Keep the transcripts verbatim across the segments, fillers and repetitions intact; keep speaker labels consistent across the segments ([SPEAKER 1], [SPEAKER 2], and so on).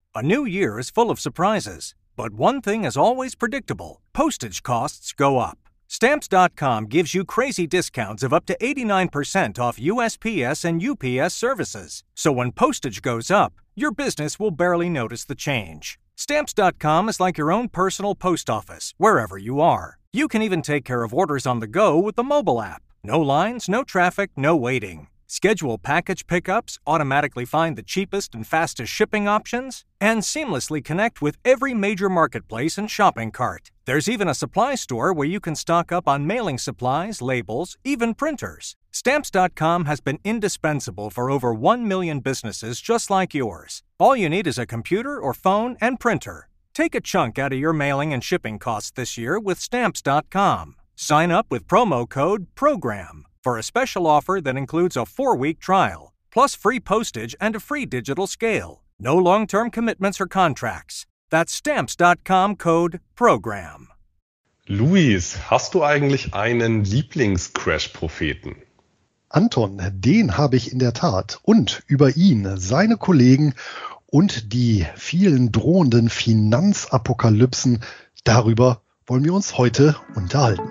[SPEAKER 1] A new year is full of surprises, but one thing is always predictable. Postage costs go up. Stamps dot com gives you crazy discounts of up to eighty-nine percent off U S P S and U P S services. So when postage goes up, your business will barely notice the change. Stamps dot com is like your own personal post office, wherever you are. You can even take care of orders on the go with the mobile app. No lines, no traffic, no waiting. Schedule package pickups, automatically find the cheapest and fastest shipping options, and seamlessly connect with every major marketplace and shopping cart. There's even a supply store where you can stock up on mailing supplies, labels, even printers. Stamps dot com has been indispensable for over one million businesses just like yours. All you need is a computer or phone and printer. Take a chunk out of your mailing and shipping costs this year with Stamps dot com. Sign up with promo code PROGRAM for a special offer that includes a four-week trial, plus free postage and a free digital scale. No long-term commitments or contracts. That's Stamps dot com code PROGRAM.
[SPEAKER 2] Luis, hast du eigentlich einen Lieblings-Crash-Propheten?
[SPEAKER 3] Anton, den habe ich in der Tat. Und über ihn, seine Kollegen und die vielen drohenden Finanzapokalypsen, darüber wollen wir uns heute unterhalten.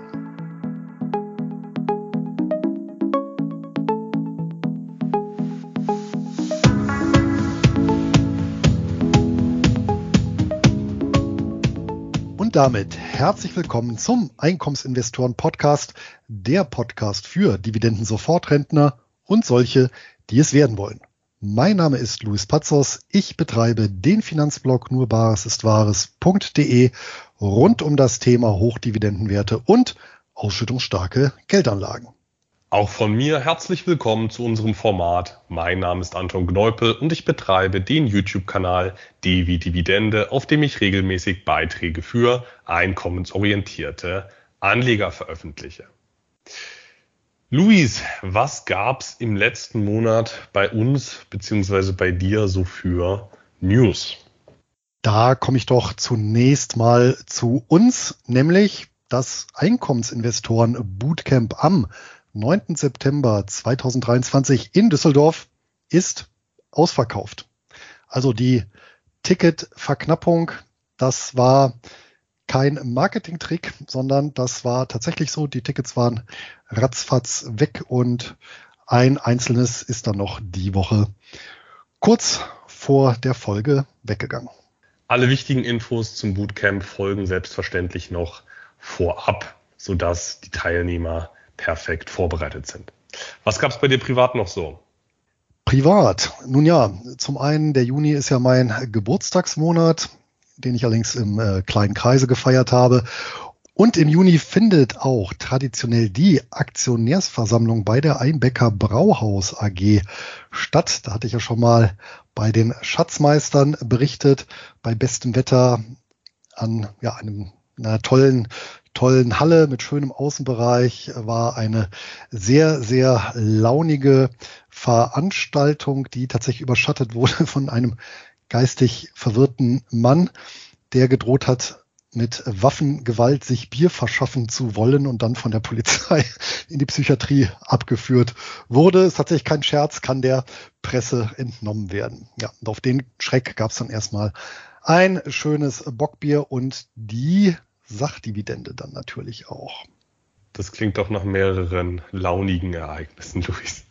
[SPEAKER 3] Und damit herzlich willkommen zum Einkommensinvestoren-Podcast, der Podcast für Dividenden-Sofortrentner und solche, die es werden wollen. Mein Name ist Luis Pazos, ich betreibe den Finanzblog nur bares ist wahres punkt de rund um das Thema Hochdividendenwerte und ausschüttungsstarke Geldanlagen.
[SPEAKER 2] Auch von mir herzlich willkommen zu unserem Format. Mein Name ist Anton Gneupel und ich betreibe den YouTube-Kanal D wie Dividende, auf dem ich regelmäßig Beiträge für einkommensorientierte Anleger veröffentliche. Luis, was gab's im letzten Monat bei uns bzw. bei dir so für News?
[SPEAKER 3] Da komme ich doch zunächst mal zu uns, nämlich das Einkommensinvestoren Bootcamp am neunten September zweitausenddreiundzwanzig in Düsseldorf ist ausverkauft. Also die Ticketverknappung, das war kein Marketingtrick, sondern das war tatsächlich so. Die Tickets waren ratzfatz weg und ein einzelnes ist dann noch die Woche kurz vor der Folge weggegangen.
[SPEAKER 2] Alle wichtigen Infos zum Bootcamp folgen selbstverständlich noch vorab, sodass die Teilnehmer perfekt vorbereitet sind. Was gab es bei dir privat noch so?
[SPEAKER 3] Privat? Nun ja, zum einen, der Juni ist ja mein Geburtstagsmonat, den ich allerdings im äh, kleinen Kreise gefeiert habe. Und im Juni findet auch traditionell die Aktionärsversammlung bei der Einbecker Brauhaus A G statt. Da hatte ich ja schon mal bei den Schatzmeistern berichtet, bei bestem Wetter an ja, einem, einer tollen tollen Halle mit schönem Außenbereich, war eine sehr, sehr launige Veranstaltung, die tatsächlich überschattet wurde von einem geistig verwirrten Mann, der gedroht hat, mit Waffengewalt sich Bier verschaffen zu wollen und dann von der Polizei in die Psychiatrie abgeführt wurde. Ist tatsächlich kein Scherz, kann der Presse entnommen werden. Ja, und auf den Schreck gab es dann erstmal ein schönes Bockbier und die Sachdividende dann natürlich auch.
[SPEAKER 2] Das klingt doch nach mehreren launigen Ereignissen, Luis.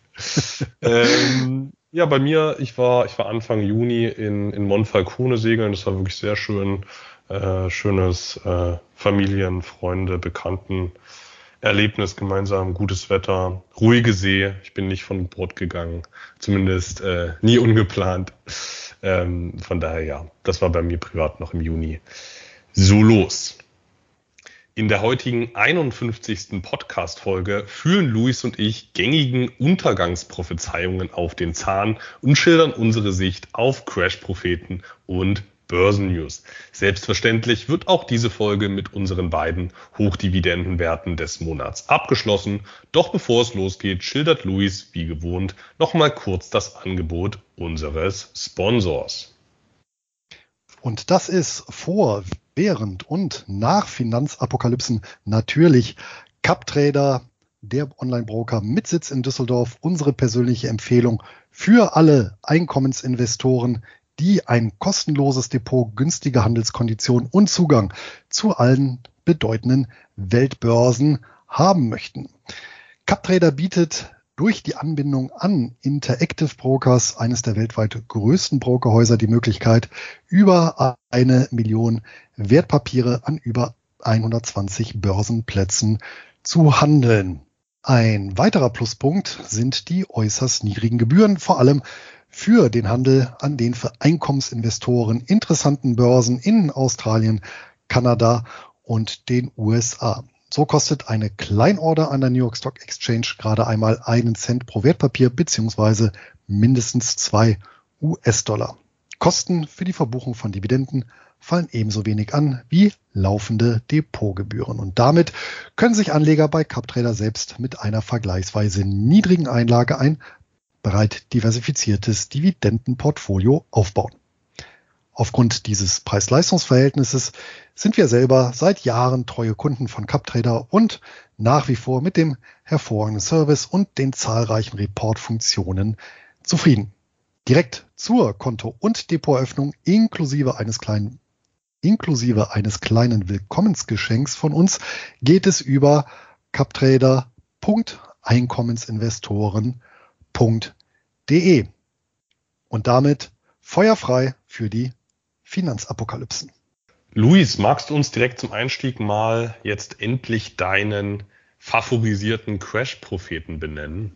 [SPEAKER 2] ähm, ja, bei mir, ich war, ich war Anfang Juni in, in Monfalcone segeln. Das war wirklich sehr schön. Äh, schönes äh, Familien-, Freunde-, Bekannten- Erlebnis gemeinsam, gutes Wetter, ruhige See. Ich bin nicht von Bord gegangen, zumindest äh, nie ungeplant. Ähm, von daher, ja, das war bei mir privat noch im Juni so los. In der heutigen einundfünfzigsten Podcast-Folge fühlen Luis und ich gängigen Untergangsprophezeiungen auf den Zahn und schildern unsere Sicht auf Crash-Propheten und Börsennews. Selbstverständlich wird auch diese Folge mit unseren beiden Hochdividendenwerten des Monats abgeschlossen. Doch bevor es losgeht, schildert Luis wie gewohnt nochmal kurz das Angebot unseres Sponsors.
[SPEAKER 3] Und das ist vor, während und nach Finanzapokalypsen natürlich CupTrader, der Online-Broker mit Sitz in Düsseldorf, unsere persönliche Empfehlung für alle Einkommensinvestoren, die ein kostenloses Depot, günstige Handelskonditionen und Zugang zu allen bedeutenden Weltbörsen haben möchten. CapTrader bietet durch die Anbindung an Interactive Brokers, eines der weltweit größten Brokerhäuser, die Möglichkeit, über eine Million Wertpapiere an über hundertzwanzig Börsenplätzen zu handeln. Ein weiterer Pluspunkt sind die äußerst niedrigen Gebühren, vor allem für den Handel an den für Einkommensinvestoren interessanten Börsen in Australien, Kanada und den U S A. So kostet eine Kleinorder an der New York Stock Exchange gerade einmal einen Cent pro Wertpapier beziehungsweise mindestens zwei U S-Dollar. Kosten für die Verbuchung von Dividenden fallen ebenso wenig an wie laufende Depotgebühren. Und damit können sich Anleger bei CapTrader selbst mit einer vergleichsweise niedrigen Einlage ein breit diversifiziertes Dividendenportfolio aufbauen. Aufgrund dieses Preis-Leistungs-Verhältnisses sind wir selber seit Jahren treue Kunden von CapTrader und nach wie vor mit dem hervorragenden Service und den zahlreichen Report-Funktionen zufrieden. Direkt zur Konto- und Depoteröffnung inklusive eines kleinen, inklusive eines kleinen Willkommensgeschenks von uns geht es über captrader punkt einkommensinvestoren punkt de und damit feuerfrei für die Finanzapokalypsen.
[SPEAKER 2] Luis, magst du uns direkt zum Einstieg mal jetzt endlich deinen favorisierten Crash-Propheten benennen?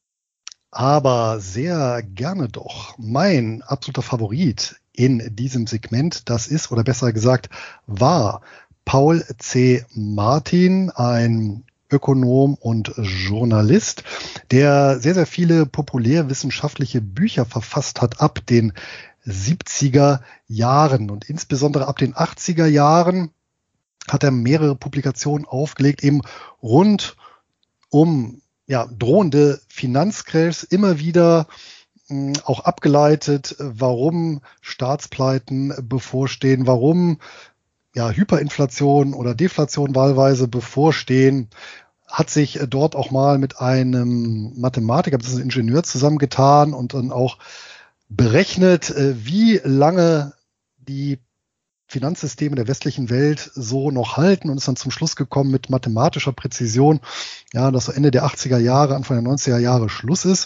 [SPEAKER 3] Aber sehr gerne doch. Mein absoluter Favorit in diesem Segment, das ist, oder besser gesagt, war Paul C. Martin, ein Ökonom und Journalist, der sehr, sehr viele populärwissenschaftliche Bücher verfasst hat ab den siebziger Jahren und insbesondere ab den achtziger Jahren hat er mehrere Publikationen aufgelegt, eben rund um ja, drohende Finanzcrashs, immer wieder mh, auch abgeleitet, warum Staatspleiten bevorstehen, warum ja, Hyperinflation oder Deflation wahlweise bevorstehen, hat sich dort auch mal mit einem Mathematiker, bzw. Ingenieur zusammengetan und dann auch berechnet, wie lange die Finanzsysteme der westlichen Welt so noch halten und ist dann zum Schluss gekommen mit mathematischer Präzision, ja, dass so Ende der achtziger Jahre, Anfang der neunziger Jahre Schluss ist.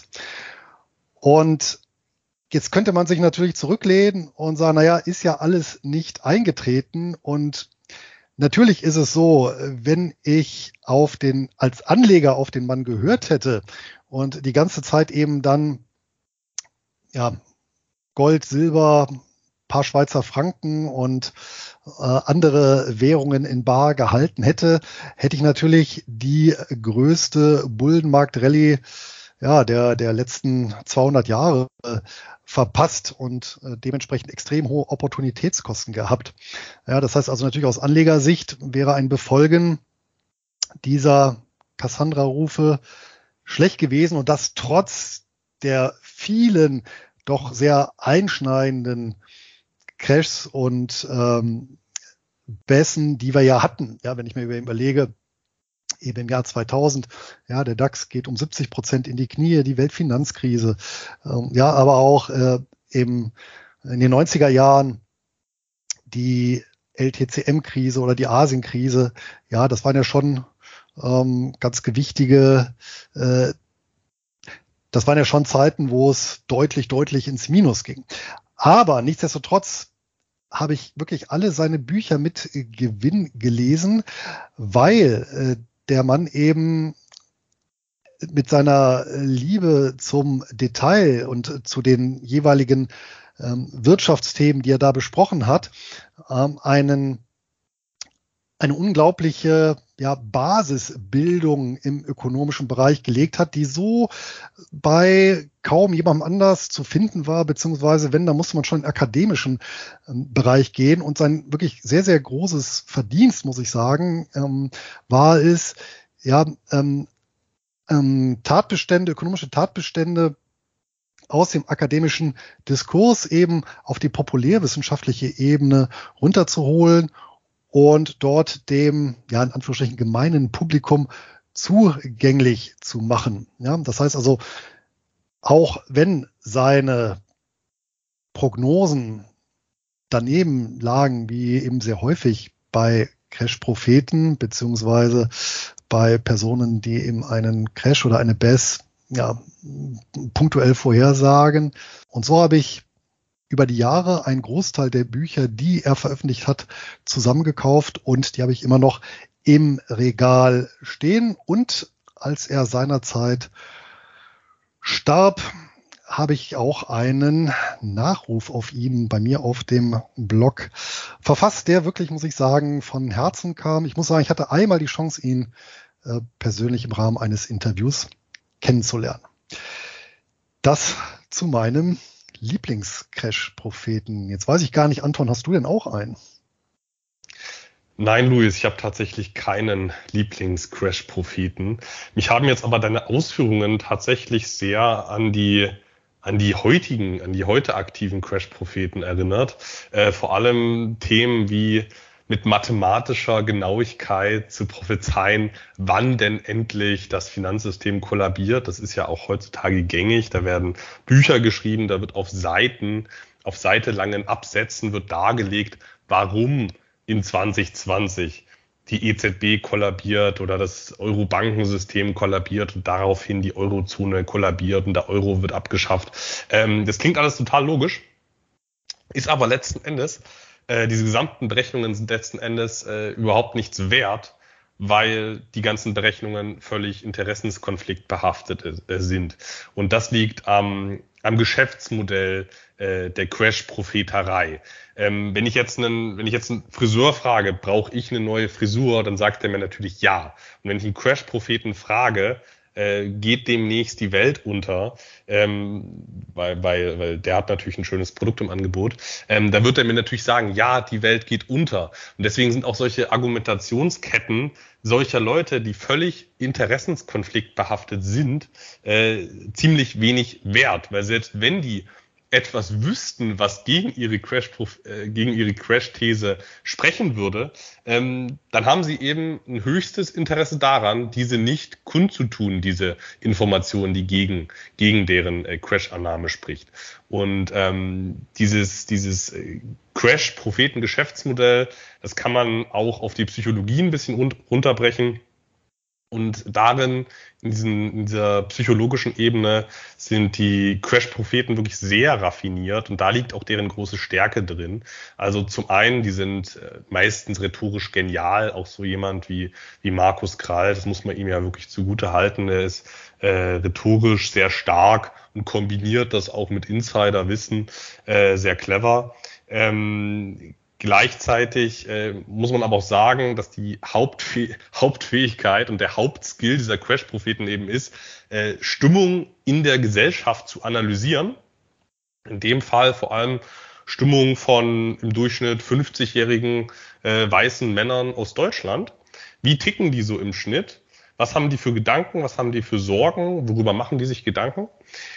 [SPEAKER 3] Und jetzt könnte man sich natürlich zurücklehnen und sagen, naja, ist ja alles nicht eingetreten. Und natürlich ist es so, wenn ich auf den, als Anleger auf den Mann gehört hätte und die ganze Zeit eben dann, ja, Gold, Silber, paar Schweizer Franken und äh, andere Währungen in bar gehalten hätte, hätte ich natürlich die größte Bullenmarkt-Rallye ja, der, der letzten zweihundert Jahre äh, verpasst und äh, dementsprechend extrem hohe Opportunitätskosten gehabt. Ja, das heißt also natürlich aus Anlegersicht wäre ein Befolgen dieser Cassandra-Rufe schlecht gewesen und das trotz der vielen doch sehr einschneidenden Crashs und ähm, Bässen, die wir ja hatten. Ja, wenn ich mir überlege, eben im Jahr zweitausend, ja, der DAX geht um siebzig Prozent in die Knie, die Weltfinanzkrise, ähm, ja, aber auch äh, eben in den neunziger Jahren die L T C M-Krise oder die Asienkrise, ja, das waren ja schon ähm, ganz gewichtige äh, Das waren ja schon Zeiten, wo es deutlich, deutlich ins Minus ging. Aber nichtsdestotrotz habe ich wirklich alle seine Bücher mit Gewinn gelesen, weil äh, der Mann eben mit seiner Liebe zum Detail und zu den jeweiligen ähm, Wirtschaftsthemen, die er da besprochen hat, ähm, einen eine unglaubliche ja, Basisbildung im ökonomischen Bereich gelegt hat, die so bei kaum jemandem anders zu finden war, beziehungsweise wenn, da musste man schon in den akademischen ähm, Bereich gehen. Und sein wirklich sehr, sehr großes Verdienst, muss ich sagen, ähm, war es, ja, ähm, ähm, Tatbestände, ökonomische Tatbestände aus dem akademischen Diskurs eben auf die populärwissenschaftliche Ebene runterzuholen und dort dem, ja, in Anführungsstrichen gemeinen Publikum zugänglich zu machen. Ja, das heißt also, auch wenn seine Prognosen daneben lagen, wie eben sehr häufig bei Crash-Propheten beziehungsweise bei Personen, die eben einen Crash oder eine B E S ja, punktuell vorhersagen. Und so habe ich über die Jahre einen Großteil der Bücher, die er veröffentlicht hat, zusammengekauft und die habe ich immer noch im Regal stehen. Und als er seinerzeit starb, habe ich auch einen Nachruf auf ihn bei mir auf dem Blog verfasst, der wirklich, muss ich sagen, von Herzen kam. Ich muss sagen, ich hatte einmal die Chance, ihn äh, persönlich im Rahmen eines Interviews kennenzulernen. Das zu meinem Lieblings-Crash-Propheten. Jetzt weiß ich gar nicht, Anton, hast du denn auch einen?
[SPEAKER 2] Nein, Luis, ich habe tatsächlich keinen Lieblings-Crash-Propheten. Mich haben jetzt aber deine Ausführungen tatsächlich sehr an die an die heutigen, an die heute aktiven Crash-Propheten erinnert. Äh, vor allem Themen wie mit mathematischer Genauigkeit zu prophezeien, wann denn endlich das Finanzsystem kollabiert. Das ist ja auch heutzutage gängig. Da werden Bücher geschrieben, da wird auf Seiten, auf seitelangen Absätzen wird dargelegt, warum in zwanzig zwanzig die E Z B kollabiert oder das Euro-Bankensystem kollabiert und daraufhin die Eurozone kollabiert und der Euro wird abgeschafft. Ähm, das klingt alles total logisch, ist aber letzten Endes, äh, diese gesamten Berechnungen sind letzten Endes äh, überhaupt nichts wert, weil die ganzen Berechnungen völlig Interessenskonflikt behaftet äh, sind. Und das liegt am, am Geschäftsmodell äh, der Crash-Propheterei. Ähm, wenn ich jetzt einen, wenn ich jetzt einen Friseur frage, brauche ich eine neue Frisur, dann sagt er mir natürlich ja. Und wenn ich einen Crash-Propheten frage, äh, geht demnächst die Welt unter, ähm, weil, weil, weil der hat natürlich ein schönes Produkt im Angebot, ähm, da wird er mir natürlich sagen, ja, die Welt geht unter. Und deswegen sind auch solche Argumentationsketten solcher Leute, die völlig Interessenskonflikt behaftet sind, äh, ziemlich wenig wert, weil selbst wenn die etwas wüssten, was gegen ihre Crash, äh, gegen ihre Crash-These sprechen würde, ähm, dann haben sie eben ein höchstes Interesse daran, diese nicht kundzutun, diese Information, die gegen, gegen deren äh, Crash-Annahme spricht. Und ähm, dieses, dieses äh, Crash-Propheten-Geschäftsmodell, das kann man auch auf die Psychologie ein bisschen run- runterbrechen. Und darin, in, diesen, in dieser psychologischen Ebene, sind die Crash-Propheten wirklich sehr raffiniert und da liegt auch deren große Stärke drin. Also zum einen, die sind meistens rhetorisch genial, auch so jemand wie, wie Markus Krall, das muss man ihm ja wirklich zugute halten. Er ist äh, rhetorisch sehr stark und kombiniert das auch mit Insiderwissen äh, sehr clever. Ähm, Gleichzeitig äh, muss man aber auch sagen, dass die Hauptfäh- Hauptfähigkeit und der Hauptskill dieser Crash-Propheten eben ist, äh, Stimmung in der Gesellschaft zu analysieren. In dem Fall vor allem Stimmung von im Durchschnitt fünfzigjährigen äh, weißen Männern aus Deutschland. Wie ticken die so im Schnitt? Was haben die für Gedanken? Was haben die für Sorgen? Worüber machen die sich Gedanken?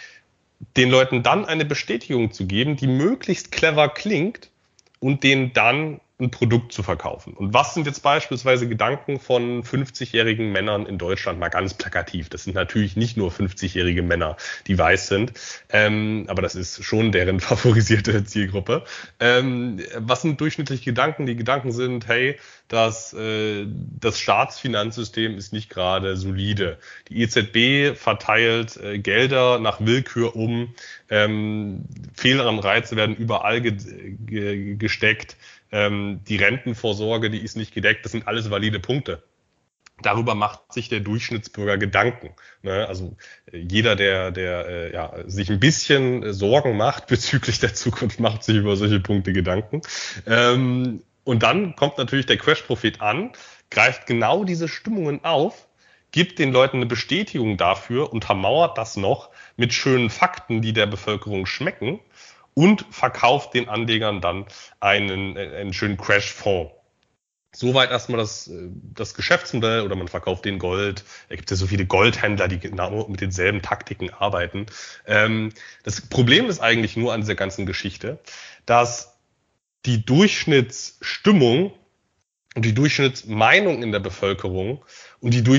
[SPEAKER 2] Den Leuten dann eine Bestätigung zu geben, die möglichst clever klingt, und denen dann ein Produkt zu verkaufen. Und was sind jetzt beispielsweise Gedanken von fünfzigjährigen Männern in Deutschland, mal ganz plakativ. Das sind natürlich nicht nur fünfzigjährige Männer, die weiß sind, ähm, aber das ist schon deren favorisierte Zielgruppe. Ähm, was sind durchschnittliche Gedanken? Die Gedanken sind, hey, das, äh, das Staatsfinanzsystem ist nicht gerade solide. Die E Z B verteilt äh, Gelder nach Willkür um, ähm, Fehlanreize werden überall ge- ge- gesteckt, ähm, die Rentenvorsorge, die ist nicht gedeckt, das sind alles valide Punkte. Darüber macht sich der Durchschnittsbürger Gedanken. Ne? Also äh, jeder, der, der äh, ja, sich ein bisschen äh, Sorgen macht bezüglich der Zukunft, macht sich über solche Punkte Gedanken. Ähm, und dann kommt natürlich der Crash-Prophet an, greift genau diese Stimmungen auf, gibt den Leuten eine Bestätigung dafür, untermauert das noch mit schönen Fakten, die der Bevölkerung schmecken und verkauft den Anlegern dann einen, einen schönen Crash-Fonds. Soweit erstmal das, das Geschäftsmodell oder man verkauft den Gold. Da gibt es ja so viele Goldhändler, die genau mit denselben Taktiken arbeiten. Ähm, das Problem ist eigentlich nur an dieser ganzen Geschichte, dass die Durchschnittsstimmung und die Durchschnittsmeinung in der Bevölkerung und die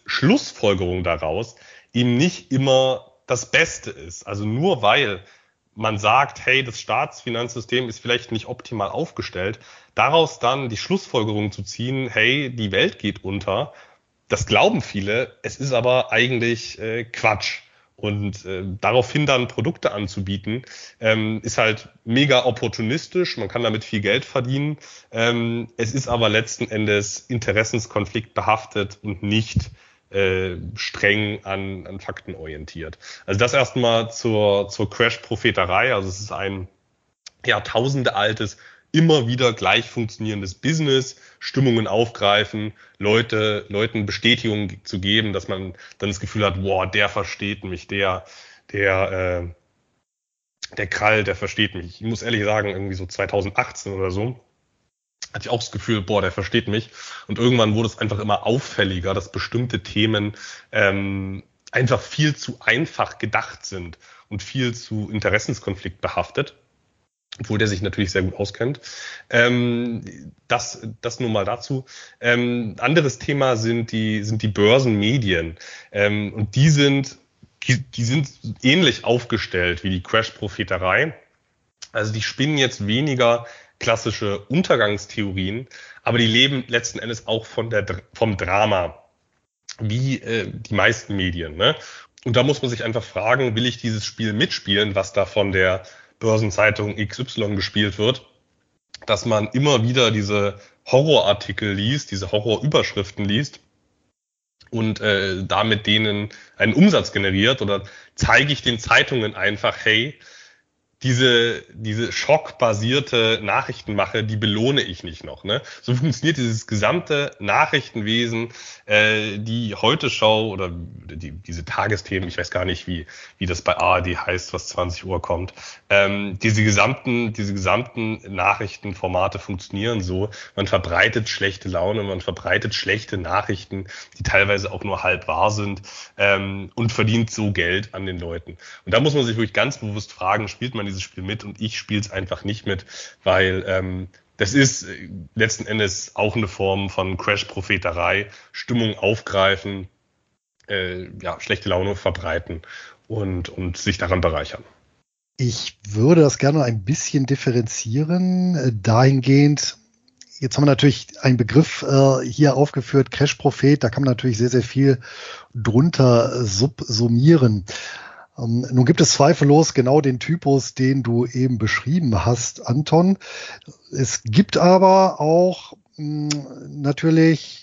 [SPEAKER 2] Durchschnittsschlussfolgerung daraus eben nicht immer das Beste ist. Also nur weil man sagt, hey, das Staatsfinanzsystem ist vielleicht nicht optimal aufgestellt, daraus dann die Schlussfolgerung zu ziehen, hey, die Welt geht unter, das glauben viele, es ist aber eigentlich äh, Quatsch. Und äh, daraufhin dann Produkte anzubieten, ähm, ist halt mega opportunistisch, man kann damit viel Geld verdienen, ähm, es ist aber letzten Endes Interessenskonflikt behaftet und nicht äh, streng an, an Fakten orientiert. Also das erstmal zur, zur Crash-Propheterei, also es ist ein Jahrtausende altes, immer wieder gleich funktionierendes Business, Stimmungen aufgreifen, Leute, Leuten Bestätigung zu geben, dass man dann das Gefühl hat, wow, der versteht mich, der, der, äh, der Krall, der versteht mich. Ich muss ehrlich sagen, irgendwie so zwanzig achtzehn oder so, hatte ich auch das Gefühl, boah, der versteht mich. Und irgendwann wurde es einfach immer auffälliger, dass bestimmte Themen ähm, einfach viel zu einfach gedacht sind und viel zu Interessenskonflikt behaftet. Obwohl der sich natürlich sehr gut auskennt. Ähm, das, das nur mal dazu. Ähm, anderes Thema sind die, sind die Börsenmedien. Ähm, und die sind, die, die sind ähnlich aufgestellt wie die Crash-Propheterei. Also die spinnen jetzt weniger klassische Untergangstheorien, aber die leben letzten Endes auch von der, vom Drama, wie äh, die meisten Medien, ne? Und da muss man sich einfach fragen, will ich dieses Spiel mitspielen, was da von der Börsenzeitung X Y gespielt wird, dass man immer wieder diese Horrorartikel liest, diese Horrorüberschriften liest und äh, damit denen einen Umsatz generiert, oder zeige ich den Zeitungen einfach, hey, diese diese schockbasierte Nachrichtenmache, die belohne ich nicht noch, ne? So funktioniert dieses gesamte Nachrichtenwesen, äh, die Heute-Schau oder die, diese Tagesthemen, ich weiß gar nicht, wie wie das bei A R D heißt, was zwanzig Uhr kommt. Ähm, diese gesamten diese gesamten Nachrichtenformate funktionieren so. Man verbreitet schlechte Laune, man verbreitet schlechte Nachrichten, die teilweise auch nur halb wahr sind, ähm, und verdient so Geld an den Leuten. Und da muss man sich wirklich ganz bewusst fragen, spielt man dieses Spiel mit? Und ich spiele es einfach nicht mit, weil ähm, das ist letzten Endes auch eine Form von Crash-Propheterei, Stimmung aufgreifen, äh, ja, schlechte Laune verbreiten und, und sich daran bereichern.
[SPEAKER 3] Ich würde das gerne ein bisschen differenzieren, äh, dahingehend. Jetzt haben wir natürlich einen Begriff äh, hier aufgeführt, Crash-Prophet, da kann man natürlich sehr, sehr viel drunter subsumieren. Ähm, nun gibt es zweifellos genau den Typus, den du eben beschrieben hast, Anton. Es gibt aber auch mh, natürlich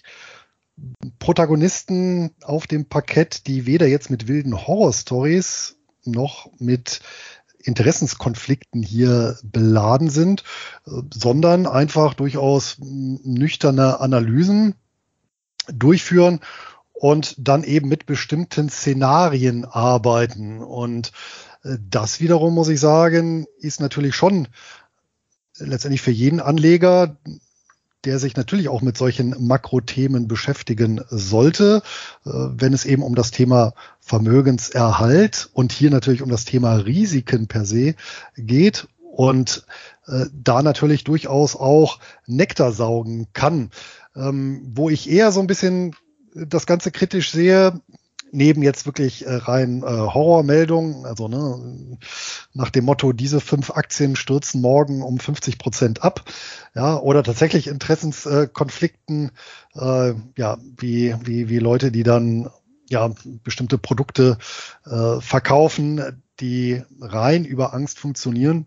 [SPEAKER 3] Protagonisten auf dem Parkett, die weder jetzt mit wilden Horror-Stories noch mit Interessenskonflikten hier beladen sind, sondern einfach durchaus nüchterne Analysen durchführen und dann eben mit bestimmten Szenarien arbeiten. Und das wiederum, muss ich sagen, ist natürlich schon letztendlich für jeden Anleger, der sich natürlich auch mit solchen Makrothemen beschäftigen sollte, wenn es eben um das Thema Vermögenserhalt und hier natürlich um das Thema Risiken per se geht und äh, da natürlich durchaus auch Nektar saugen kann. Ähm, wo ich eher so ein bisschen das Ganze kritisch sehe, neben jetzt wirklich äh, rein äh, Horrormeldungen, also ne, nach dem Motto, diese fünf Aktien stürzen morgen um fünfzig Prozent ab, ja, oder tatsächlich Interessenskonflikten, äh, ja, wie wie wie Leute, die dann ja bestimmte Produkte äh, verkaufen, die rein über Angst funktionieren.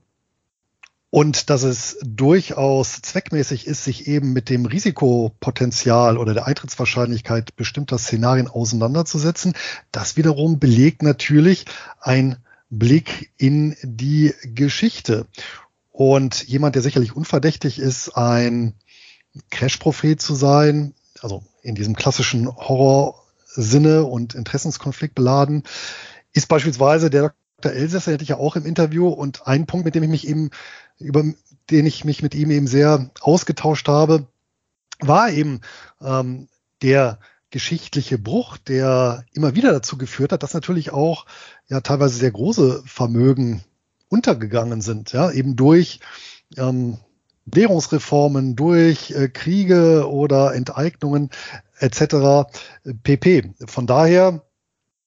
[SPEAKER 3] Und dass es durchaus zweckmäßig ist, sich eben mit dem Risikopotenzial oder der Eintrittswahrscheinlichkeit bestimmter Szenarien auseinanderzusetzen, das wiederum belegt natürlich ein Blick in die Geschichte. Und jemand, der sicherlich unverdächtig ist, ein Crash-Prophet zu sein, also in diesem klassischen Horrorsinne und Interessenskonflikt beladen, ist beispielsweise der Doktor Elsässer, hätte ich ja auch im Interview, und ein Punkt, mit dem ich mich eben über den ich mich mit ihm eben sehr ausgetauscht habe, war eben ähm, der geschichtliche Bruch, der immer wieder dazu geführt hat, dass natürlich auch ja teilweise sehr große Vermögen untergegangen sind, ja, eben durch ähm, Währungsreformen, durch äh, Kriege oder Enteignungen et cetera pp. Von daher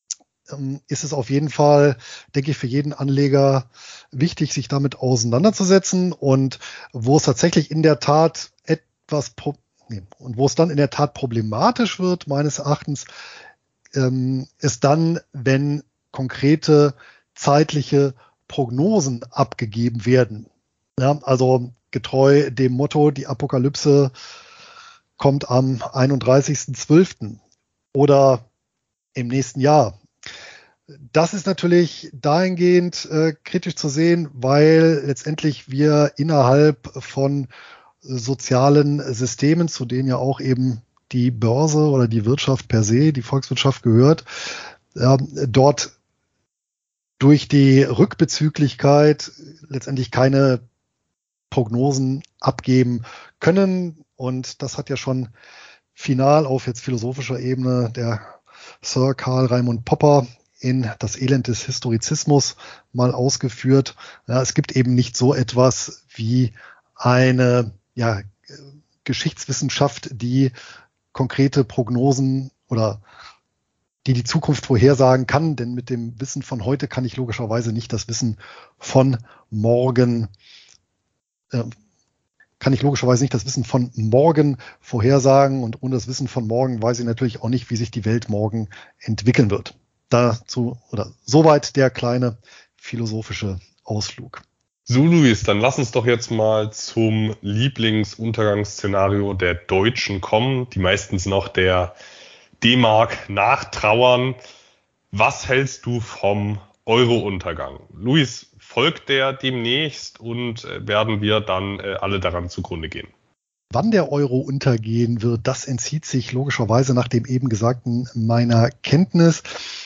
[SPEAKER 3] ähm, ist es auf jeden Fall, denke ich, für jeden Anleger wichtig, sich damit auseinanderzusetzen. Und wo es tatsächlich in der Tat etwas, pro- nee, und wo es dann in der Tat problematisch wird, meines Erachtens, ähm, ist dann, wenn konkrete zeitliche Prognosen abgegeben werden. Ja, also getreu dem Motto, die Apokalypse kommt am einunddreißigsten zwölften oder im nächsten Jahr. Das ist natürlich dahingehend äh, kritisch zu sehen, weil letztendlich wir innerhalb von sozialen Systemen, zu denen ja auch eben die Börse oder die Wirtschaft per se, die Volkswirtschaft gehört, äh, dort durch die Rückbezüglichkeit letztendlich keine Prognosen abgeben können. Und das hat ja schon final auf jetzt philosophischer Ebene der Sir Karl Raimund Popper in Das Elend des Historizismus mal ausgeführt. Ja, es gibt eben nicht so etwas wie eine ja, Geschichtswissenschaft, die konkrete Prognosen oder die die Zukunft vorhersagen kann, denn mit dem Wissen von heute kann ich logischerweise nicht das Wissen von morgen äh, kann ich logischerweise nicht das Wissen von morgen vorhersagen, und ohne das Wissen von morgen weiß ich natürlich auch nicht, wie sich die Welt morgen entwickeln wird. Dazu oder soweit der kleine philosophische Ausflug.
[SPEAKER 2] So, Luis, dann lass uns doch jetzt mal zum Lieblingsuntergangsszenario der Deutschen kommen, die meistens noch der D-Mark nachtrauern. Was hältst du vom Euro-Untergang? Luis, folgt der demnächst und werden wir dann alle daran zugrunde gehen?
[SPEAKER 3] Wann der Euro untergehen wird, das entzieht sich logischerweise nach dem eben Gesagten meiner Kenntnis.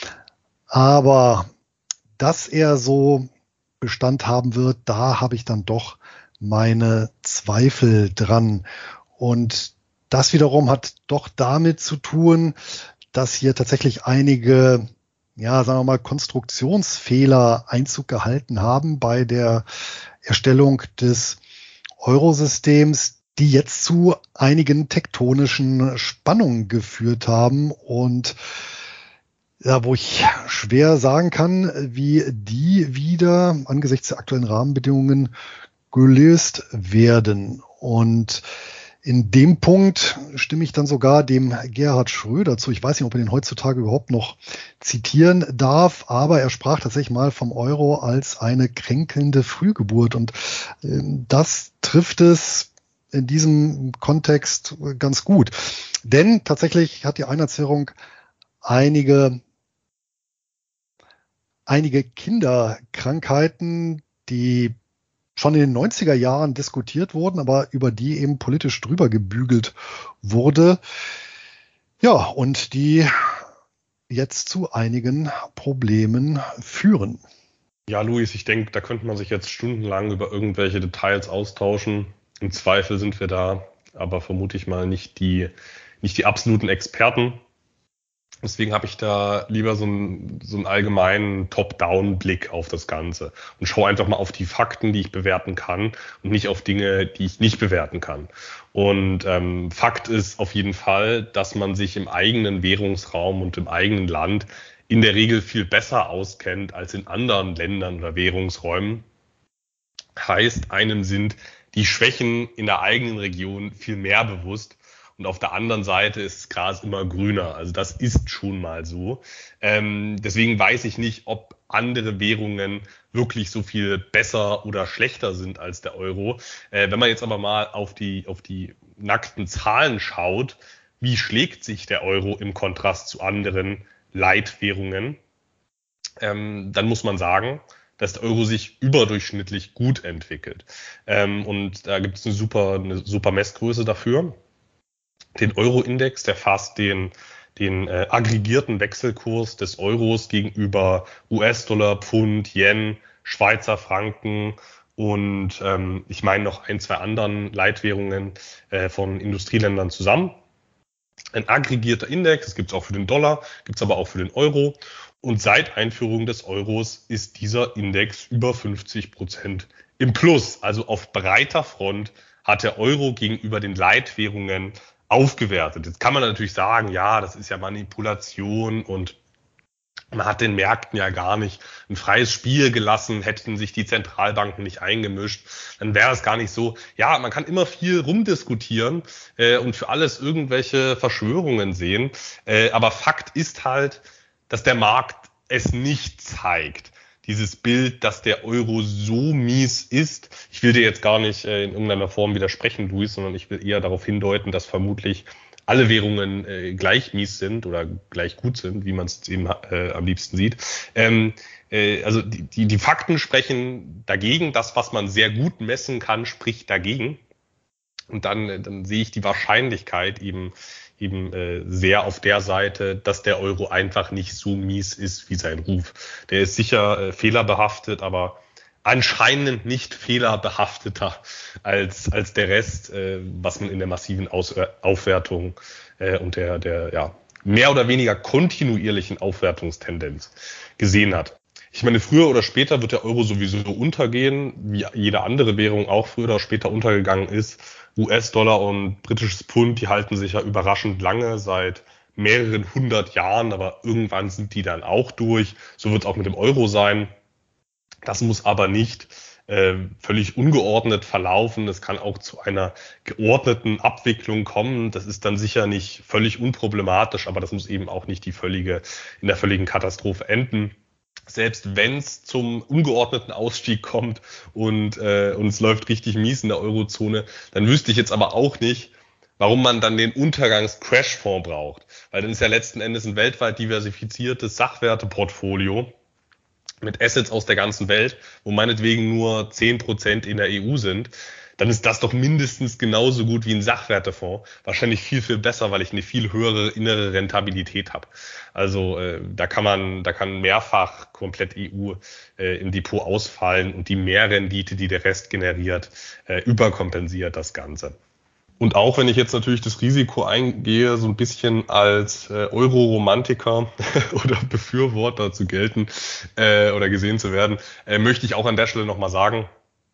[SPEAKER 3] Aber dass er so Bestand haben wird, da habe ich dann doch meine Zweifel dran. Und das wiederum hat doch damit zu tun, dass hier tatsächlich einige, ja, sagen wir mal, Konstruktionsfehler Einzug gehalten haben bei der Erstellung des Eurosystems, die jetzt zu einigen tektonischen Spannungen geführt haben und ja, wo ich schwer sagen kann, wie die wieder angesichts der aktuellen Rahmenbedingungen gelöst werden. Und in dem Punkt stimme ich dann sogar dem Gerhard Schröder zu. Ich weiß nicht, ob er den heutzutage überhaupt noch zitieren darf, aber er sprach tatsächlich mal vom Euro als eine kränkelnde Frühgeburt. Und äh, das trifft es in diesem Kontext ganz gut. Denn tatsächlich hat die Einheitswährung einige, einige Kinderkrankheiten, die schon in den neunziger Jahren diskutiert wurden, aber über die eben politisch drüber gebügelt wurde. Ja, und die jetzt zu einigen Problemen führen.
[SPEAKER 2] Ja, Luis, ich denke, da könnte man sich jetzt stundenlang über irgendwelche Details austauschen. Im Zweifel sind wir da, aber vermute ich mal nicht die, nicht die absoluten Experten. Deswegen habe ich da lieber so einen, so einen allgemeinen Top-Down-Blick auf das Ganze und schaue einfach mal auf die Fakten, die ich bewerten kann und nicht auf Dinge, die ich nicht bewerten kann. Und ähm, Fakt ist auf jeden Fall, dass man sich im eigenen Währungsraum und im eigenen Land in der Regel viel besser auskennt als in anderen Ländern oder Währungsräumen. Heißt, einem sind die Schwächen in der eigenen Region viel mehr bewusst. Und auf der anderen Seite ist das Gras immer grüner. Also das ist schon mal so. Ähm, deswegen weiß ich nicht, ob andere Währungen wirklich so viel besser oder schlechter sind als der Euro. Äh, wenn man jetzt aber mal auf die, auf die nackten Zahlen schaut, wie schlägt sich der Euro im Kontrast zu anderen Leitwährungen, ähm, dann muss man sagen, dass der Euro sich überdurchschnittlich gut entwickelt. Ähm, und da gibt es eine super, eine super Messgröße dafür. Den Euro-Index, der fasst den, den äh, aggregierten Wechselkurs des Euros gegenüber U S-Dollar, Pfund, Yen, Schweizer Franken und ähm, ich meine noch ein, zwei anderen Leitwährungen äh, von Industrieländern zusammen. Ein aggregierter Index, das gibt es auch für den Dollar, gibt es aber auch für den Euro. Und seit Einführung des Euros ist dieser Index über fünfzig Prozent im Plus. Also auf breiter Front hat der Euro gegenüber den Leitwährungen aufgewertet. Jetzt kann man natürlich sagen, ja, das ist ja Manipulation und Man hat den Märkten ja gar nicht ein freies Spiel gelassen, hätten sich die Zentralbanken nicht eingemischt, dann wäre es gar nicht so. Ja, man kann immer viel rumdiskutieren äh, und für alles irgendwelche Verschwörungen sehen. Äh, aber Fakt ist halt, dass der Markt es nicht zeigt. Dieses Bild, dass der Euro so mies ist. Ich will dir jetzt gar nicht äh, in irgendeiner Form widersprechen, Luis, sondern ich will eher darauf hindeuten, dass vermutlich alle Währungen äh, gleich mies sind oder gleich gut sind, wie man es eben äh, am liebsten sieht. Ähm, äh, also die, die, die Fakten sprechen dagegen. Das, was man sehr gut messen kann, spricht dagegen. Und dann, dann sehe ich die Wahrscheinlichkeit eben eben äh, sehr auf der Seite, dass der Euro einfach nicht so mies ist wie sein Ruf. Der ist sicher äh, fehlerbehaftet, aber anscheinend nicht fehlerbehafteter als als der Rest, äh, was man in der massiven Aus- Aufwertung äh, und der der ja mehr oder weniger kontinuierlichen Aufwertungstendenz gesehen hat. Ich meine, früher oder später wird der Euro sowieso untergehen, wie jede andere Währung auch früher oder später untergegangen ist. U S-Dollar und britisches Pfund, die halten sich ja überraschend lange, seit mehreren hundert Jahren, aber irgendwann sind die dann auch durch. So wird es auch mit dem Euro sein. Das muss aber nicht äh, völlig ungeordnet verlaufen. Es kann auch zu einer geordneten Abwicklung kommen. Das ist dann sicher nicht völlig unproblematisch, aber das muss eben auch nicht die völlige, in der völligen Katastrophe enden. Selbst wenn es zum ungeordneten Ausstieg kommt und, äh, und es läuft richtig mies in der Eurozone, dann wüsste ich jetzt aber auch nicht, warum man dann den Untergangs-Crash-Fonds braucht. Weil dann ist ja letzten Endes ein weltweit diversifiziertes Sachwerteportfolio mit Assets aus der ganzen Welt, wo meinetwegen nur zehn Prozent in der E U sind, dann ist das doch mindestens genauso gut wie ein Sachwertefonds. Wahrscheinlich viel, viel besser, weil ich eine viel höhere innere Rentabilität habe. Also äh, da kann man, da kann mehrfach komplett E U äh, im Depot ausfallen und die Mehrrendite, die der Rest generiert, äh, überkompensiert das Ganze. Und auch wenn ich jetzt natürlich das Risiko eingehe, so ein bisschen als äh, Euro-Romantiker oder Befürworter zu gelten äh, oder gesehen zu werden, äh, möchte ich auch an der Stelle nochmal sagen,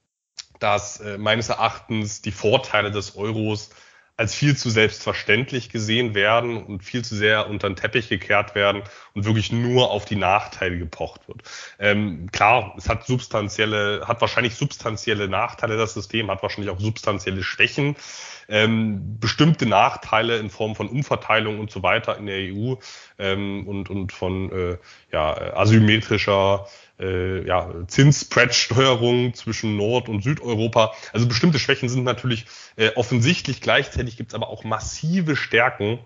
[SPEAKER 2] dass äh, meines Erachtens die Vorteile des Euros als viel zu selbstverständlich gesehen werden und viel zu sehr unter den Teppich gekehrt werden und wirklich nur auf die Nachteile gepocht wird. Ähm, klar, es hat substanzielle, hat wahrscheinlich substanzielle Nachteile, das System hat wahrscheinlich auch substanzielle Schwächen. Ähm, bestimmte Nachteile in Form von Umverteilung und so weiter in der E U ähm, und und von äh, ja asymmetrischer äh, ja Zinsspread-Steuerung zwischen Nord- und Südeuropa. Also bestimmte Schwächen sind natürlich äh, offensichtlich. Gleichzeitig gibt es aber auch massive Stärken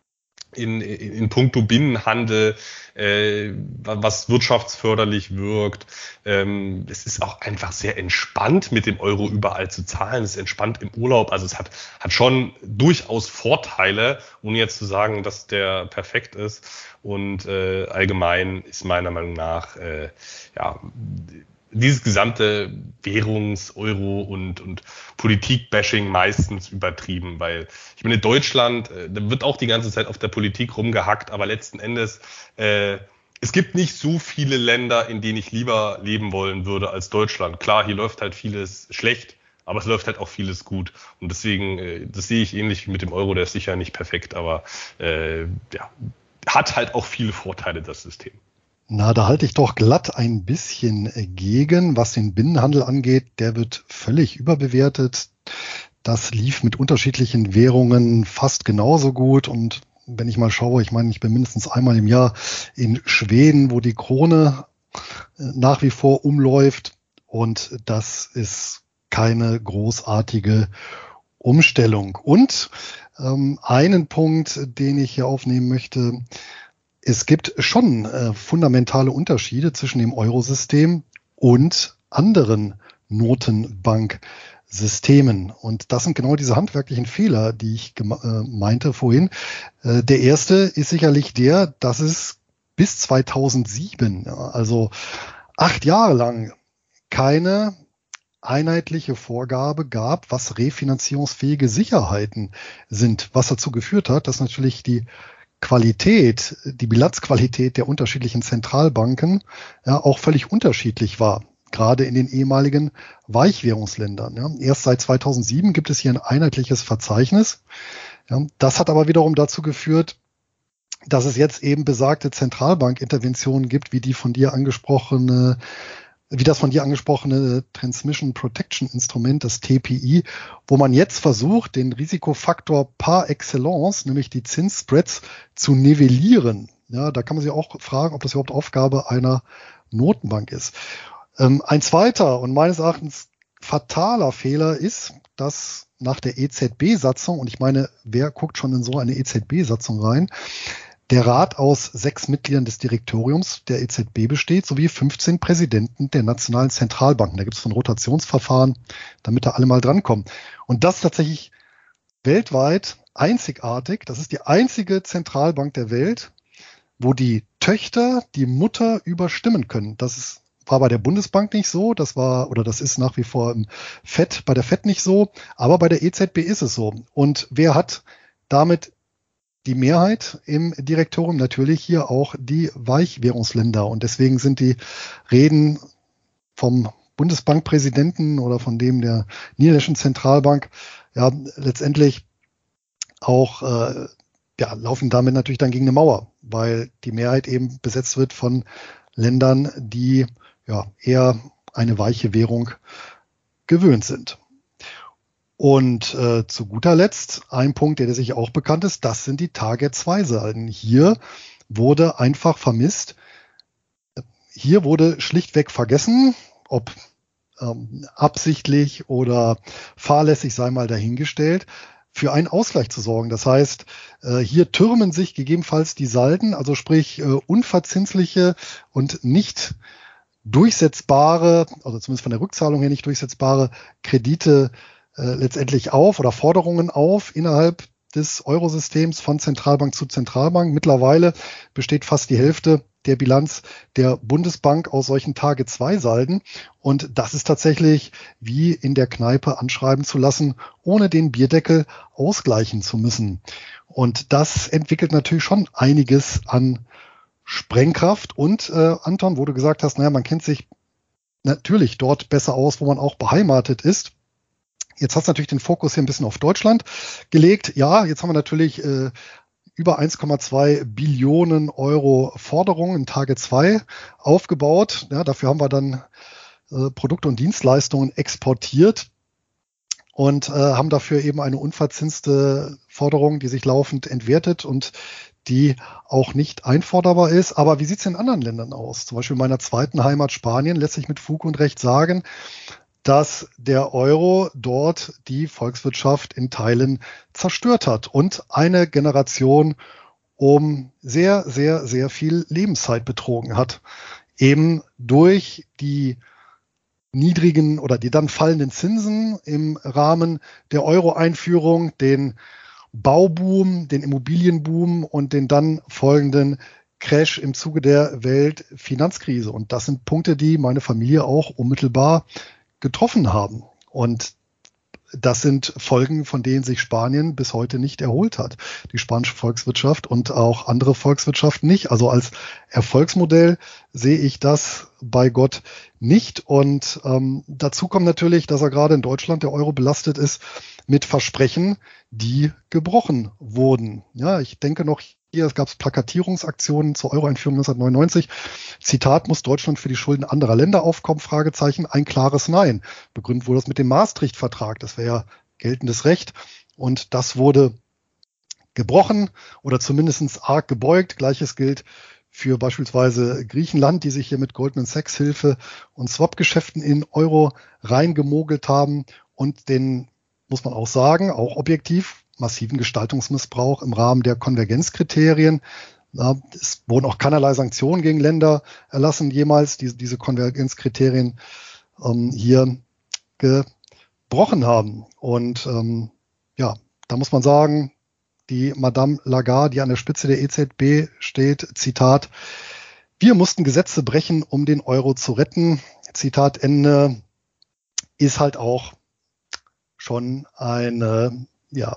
[SPEAKER 2] in, in, in puncto Binnenhandel, äh, was wirtschaftsförderlich wirkt. Ähm, es ist auch einfach sehr entspannt, mit dem Euro überall zu zahlen. Es ist entspannt im Urlaub. Also es hat, hat schon durchaus Vorteile, ohne jetzt zu sagen, dass der perfekt ist. Und äh, allgemein ist meiner Meinung nach äh, ja dieses gesamte Währungs-, Euro- und, und Politik-Bashing meistens übertrieben, weil ich meine, Deutschland, äh, da wird auch die ganze Zeit auf der Politik rumgehackt, aber letzten Endes, äh, es gibt nicht so viele Länder, in denen ich lieber leben wollen würde als Deutschland. Klar, hier läuft halt vieles schlecht, aber es läuft halt auch vieles gut. Und deswegen, äh, das sehe ich ähnlich wie mit dem Euro, der ist sicher nicht perfekt, aber äh, ja, hat halt auch viele Vorteile, das System.
[SPEAKER 3] Na, da halte ich doch glatt ein bisschen gegen, was den Binnenhandel angeht. Der wird völlig überbewertet. Das lief mit unterschiedlichen Währungen fast genauso gut. Und wenn ich mal schaue, ich meine, ich bin mindestens einmal im Jahr in Schweden, wo die Krone nach wie vor umläuft. Und das ist keine großartige Umstellung. Und ähm, einen Punkt, den ich hier aufnehmen möchte: Es gibt schon äh, fundamentale Unterschiede zwischen dem Eurosystem und anderen Notenbanksystemen. Und das sind genau diese handwerklichen Fehler, die ich geme- äh, meinte vorhin. Äh, der erste ist sicherlich der, dass es bis zweitausendsieben, ja, also acht Jahre lang, keine einheitliche Vorgabe gab, was refinanzierungsfähige Sicherheiten sind, was dazu geführt hat, dass natürlich die Qualität, die Bilanzqualität der unterschiedlichen Zentralbanken ja auch völlig unterschiedlich war, gerade in den ehemaligen Weichwährungsländern. Ja. Erst seit zweitausendsieben gibt es hier ein einheitliches Verzeichnis. Ja. Das hat aber wiederum dazu geführt, dass es jetzt eben besagte Zentralbankinterventionen gibt, wie die von dir angesprochene, wie das von dir angesprochene Transmission Protection Instrument, das T P I, wo man jetzt versucht, den Risikofaktor par excellence, nämlich die Zinsspreads, zu nivellieren. Ja, da kann man sich auch fragen, ob das überhaupt Aufgabe einer Notenbank ist. Ähm, ein zweiter und meines Erachtens fataler Fehler ist, dass nach der E Z B-Satzung, und ich meine, wer guckt schon in so eine E Z B-Satzung rein, der Rat aus sechs Mitgliedern des Direktoriums der E Z B besteht, sowie fünfzehn Präsidenten der nationalen Zentralbanken. Da gibt es so ein Rotationsverfahren, damit da alle mal drankommen. Und das ist tatsächlich weltweit einzigartig. Das ist die einzige Zentralbank der Welt, wo die Töchter die Mutter überstimmen können. Das ist, war bei der Bundesbank nicht so, das war, oder das ist nach wie vor im Fed, bei der Fed nicht so, aber bei der E Z B ist es so. Und wer hat damit die Mehrheit im Direktorium? Natürlich hier auch die Weichwährungsländer. Und deswegen sind die Reden vom Bundesbankpräsidenten oder von dem der niederländischen Zentralbank ja letztendlich auch äh, ja, laufen damit natürlich dann gegen eine Mauer, weil die Mehrheit eben besetzt wird von Ländern, die ja eher eine weiche Währung gewöhnt sind. Und äh, zu guter Letzt ein Punkt, der, der sich auch bekannt ist, das sind die Target zwei Salden. Hier wurde einfach vermisst, hier wurde schlichtweg vergessen, ob ähm, absichtlich oder fahrlässig, sei mal dahingestellt, für einen Ausgleich zu sorgen. Das heißt, äh, hier türmen sich gegebenenfalls die Salden, also sprich äh, unverzinsliche und nicht durchsetzbare, also zumindest von der Rückzahlung her nicht durchsetzbare Kredite äh, letztendlich auf oder Forderungen auf innerhalb des Eurosystems von Zentralbank zu Zentralbank. Mittlerweile besteht fast die Hälfte der Bilanz der Bundesbank aus solchen Target zwei Salden. Und das ist tatsächlich wie in der Kneipe anschreiben zu lassen, ohne den Bierdeckel ausgleichen zu müssen. Und das entwickelt natürlich schon einiges an Sprengkraft. Und äh, Anton, wo du gesagt hast, naja, man kennt sich natürlich dort besser aus, wo man auch beheimatet ist. Jetzt hast du natürlich den Fokus hier ein bisschen auf Deutschland gelegt. Ja, jetzt haben wir natürlich äh, über eins Komma zwei Billionen Euro Forderungen in Target zwei aufgebaut. Ja, dafür haben wir dann äh, Produkte und Dienstleistungen exportiert und äh, haben dafür eben eine unverzinste Forderung, die sich laufend entwertet und die auch nicht einforderbar ist. Aber wie sieht es in anderen Ländern aus? Zum Beispiel in meiner zweiten Heimat Spanien lässt sich mit Fug und Recht sagen, dass der Euro dort die Volkswirtschaft in Teilen zerstört hat und eine Generation um sehr, sehr, sehr viel Lebenszeit betrogen hat. Eben durch die niedrigen oder die dann fallenden Zinsen im Rahmen der Euro-Einführung, den Bauboom, den Immobilienboom und den dann folgenden Crash im Zuge der Weltfinanzkrise. Und das sind Punkte, die meine Familie auch unmittelbar getroffen haben. Und das sind Folgen, von denen sich Spanien bis heute nicht erholt hat. Die spanische Volkswirtschaft und auch andere Volkswirtschaften nicht. Also als Erfolgsmodell sehe ich das bei Gott nicht. Und ähm, dazu kommt natürlich, dass er gerade in Deutschland der Euro belastet ist mit Versprechen, die gebrochen wurden. Ja, ich denke noch hier, es gab Plakatierungsaktionen zur Euro-Einführung neunzehnhundertneunundneunzig. Zitat, muss Deutschland für die Schulden anderer Länder aufkommen? Fragezeichen, ein klares Nein. Begründet wurde das mit dem Maastricht-Vertrag. Das wäre ja geltendes Recht. Und das wurde gebrochen oder zumindest arg gebeugt. Gleiches gilt für beispielsweise Griechenland, die sich hier mit Goldman Sachs Hilfe und Swap-Geschäften in Euro reingemogelt haben und den, muss man auch sagen, auch objektiv, massiven Gestaltungsmissbrauch im Rahmen der Konvergenzkriterien. Es wurden auch keinerlei Sanktionen gegen Länder erlassen, jemals die diese Konvergenzkriterien ähm, hier gebrochen haben. Und ähm, ja, da muss man sagen, die Madame Lagarde, die an der Spitze der E Z B steht, Zitat, wir mussten Gesetze brechen, um den Euro zu retten. Zitat Ende, ist halt auch schon eine, ja,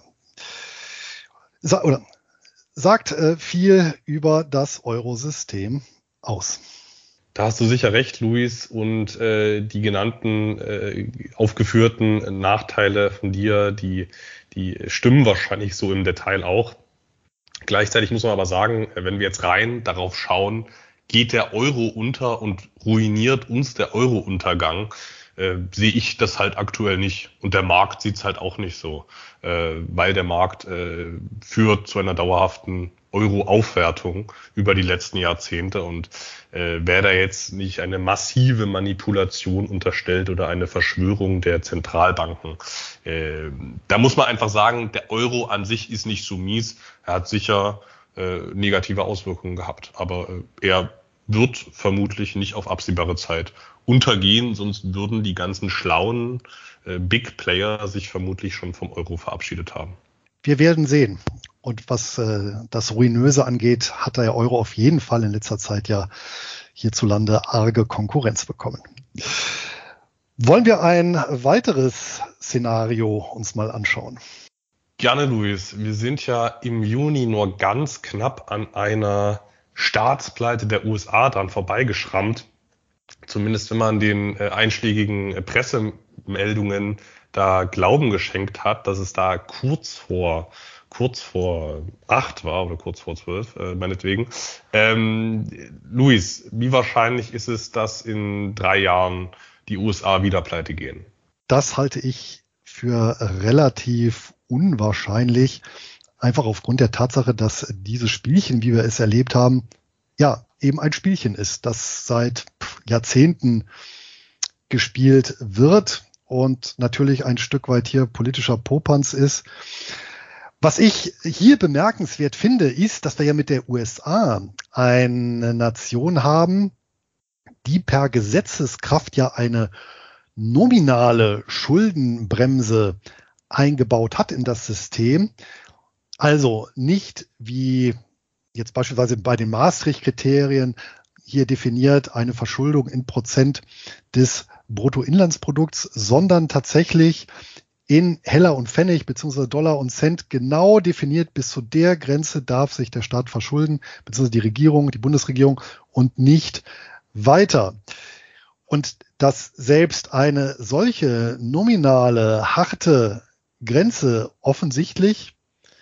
[SPEAKER 3] oder sagt äh, viel über das Eurosystem aus.
[SPEAKER 2] Da hast du sicher recht, Luis, und äh, die genannten, äh, aufgeführten Nachteile von dir, die, die stimmen wahrscheinlich so im Detail auch. Gleichzeitig muss man aber sagen, wenn wir jetzt rein darauf schauen, geht der Euro unter und ruiniert uns der Euro-Untergang, äh, sehe ich das halt aktuell nicht. Und der Markt sieht es halt auch nicht so, äh, weil der Markt äh, führt zu einer dauerhaften Euro-Aufwertung über die letzten Jahrzehnte. Und äh, wer da jetzt nicht eine massive Manipulation unterstellt oder eine Verschwörung der Zentralbanken, äh, da muss man einfach sagen, der Euro an sich ist nicht so mies. Er hat sicher äh, negative Auswirkungen gehabt, aber äh, er wird vermutlich nicht auf absehbare Zeit untergehen, sonst würden die ganzen schlauen äh, Big Player sich vermutlich schon vom Euro verabschiedet haben.
[SPEAKER 3] Wir werden sehen. Und was äh, das Ruinöse angeht, hat der Euro auf jeden Fall in letzter Zeit ja hierzulande arge Konkurrenz bekommen. Wollen wir ein weiteres Szenario uns mal anschauen?
[SPEAKER 2] Gerne, Luis. Wir sind ja im Juni nur ganz knapp an einer Staatspleite der U S A dran vorbeigeschrammt. Zumindest wenn man den äh, einschlägigen äh, Pressemeldungen da Glauben geschenkt hat, dass es da kurz vor kurz vor acht war oder kurz vor zwölf, äh, meinetwegen. Ähm, Luis, wie wahrscheinlich ist es, dass in drei Jahren die U S A wieder pleite gehen?
[SPEAKER 3] Das halte ich für relativ unwahrscheinlich, einfach aufgrund der Tatsache, dass dieses Spielchen, wie wir es erlebt haben, ja, eben ein Spielchen ist, das seit Jahrzehnten gespielt wird und natürlich ein Stück weit hier politischer Popanz ist. Was ich hier bemerkenswert finde, ist, dass wir ja mit der U S A eine Nation haben, die per Gesetzeskraft ja eine nominale Schuldenbremse eingebaut hat in das System. Also nicht wie jetzt beispielsweise bei den Maastricht-Kriterien hier definiert eine Verschuldung in Prozent des Bruttoinlandsprodukts, sondern tatsächlich in Heller und Pfennig bzw. Dollar und Cent genau definiert, bis zu der Grenze darf sich der Staat verschulden, bzw. die Regierung, die Bundesregierung und nicht weiter. Und dass selbst eine solche nominale, harte Grenze offensichtlich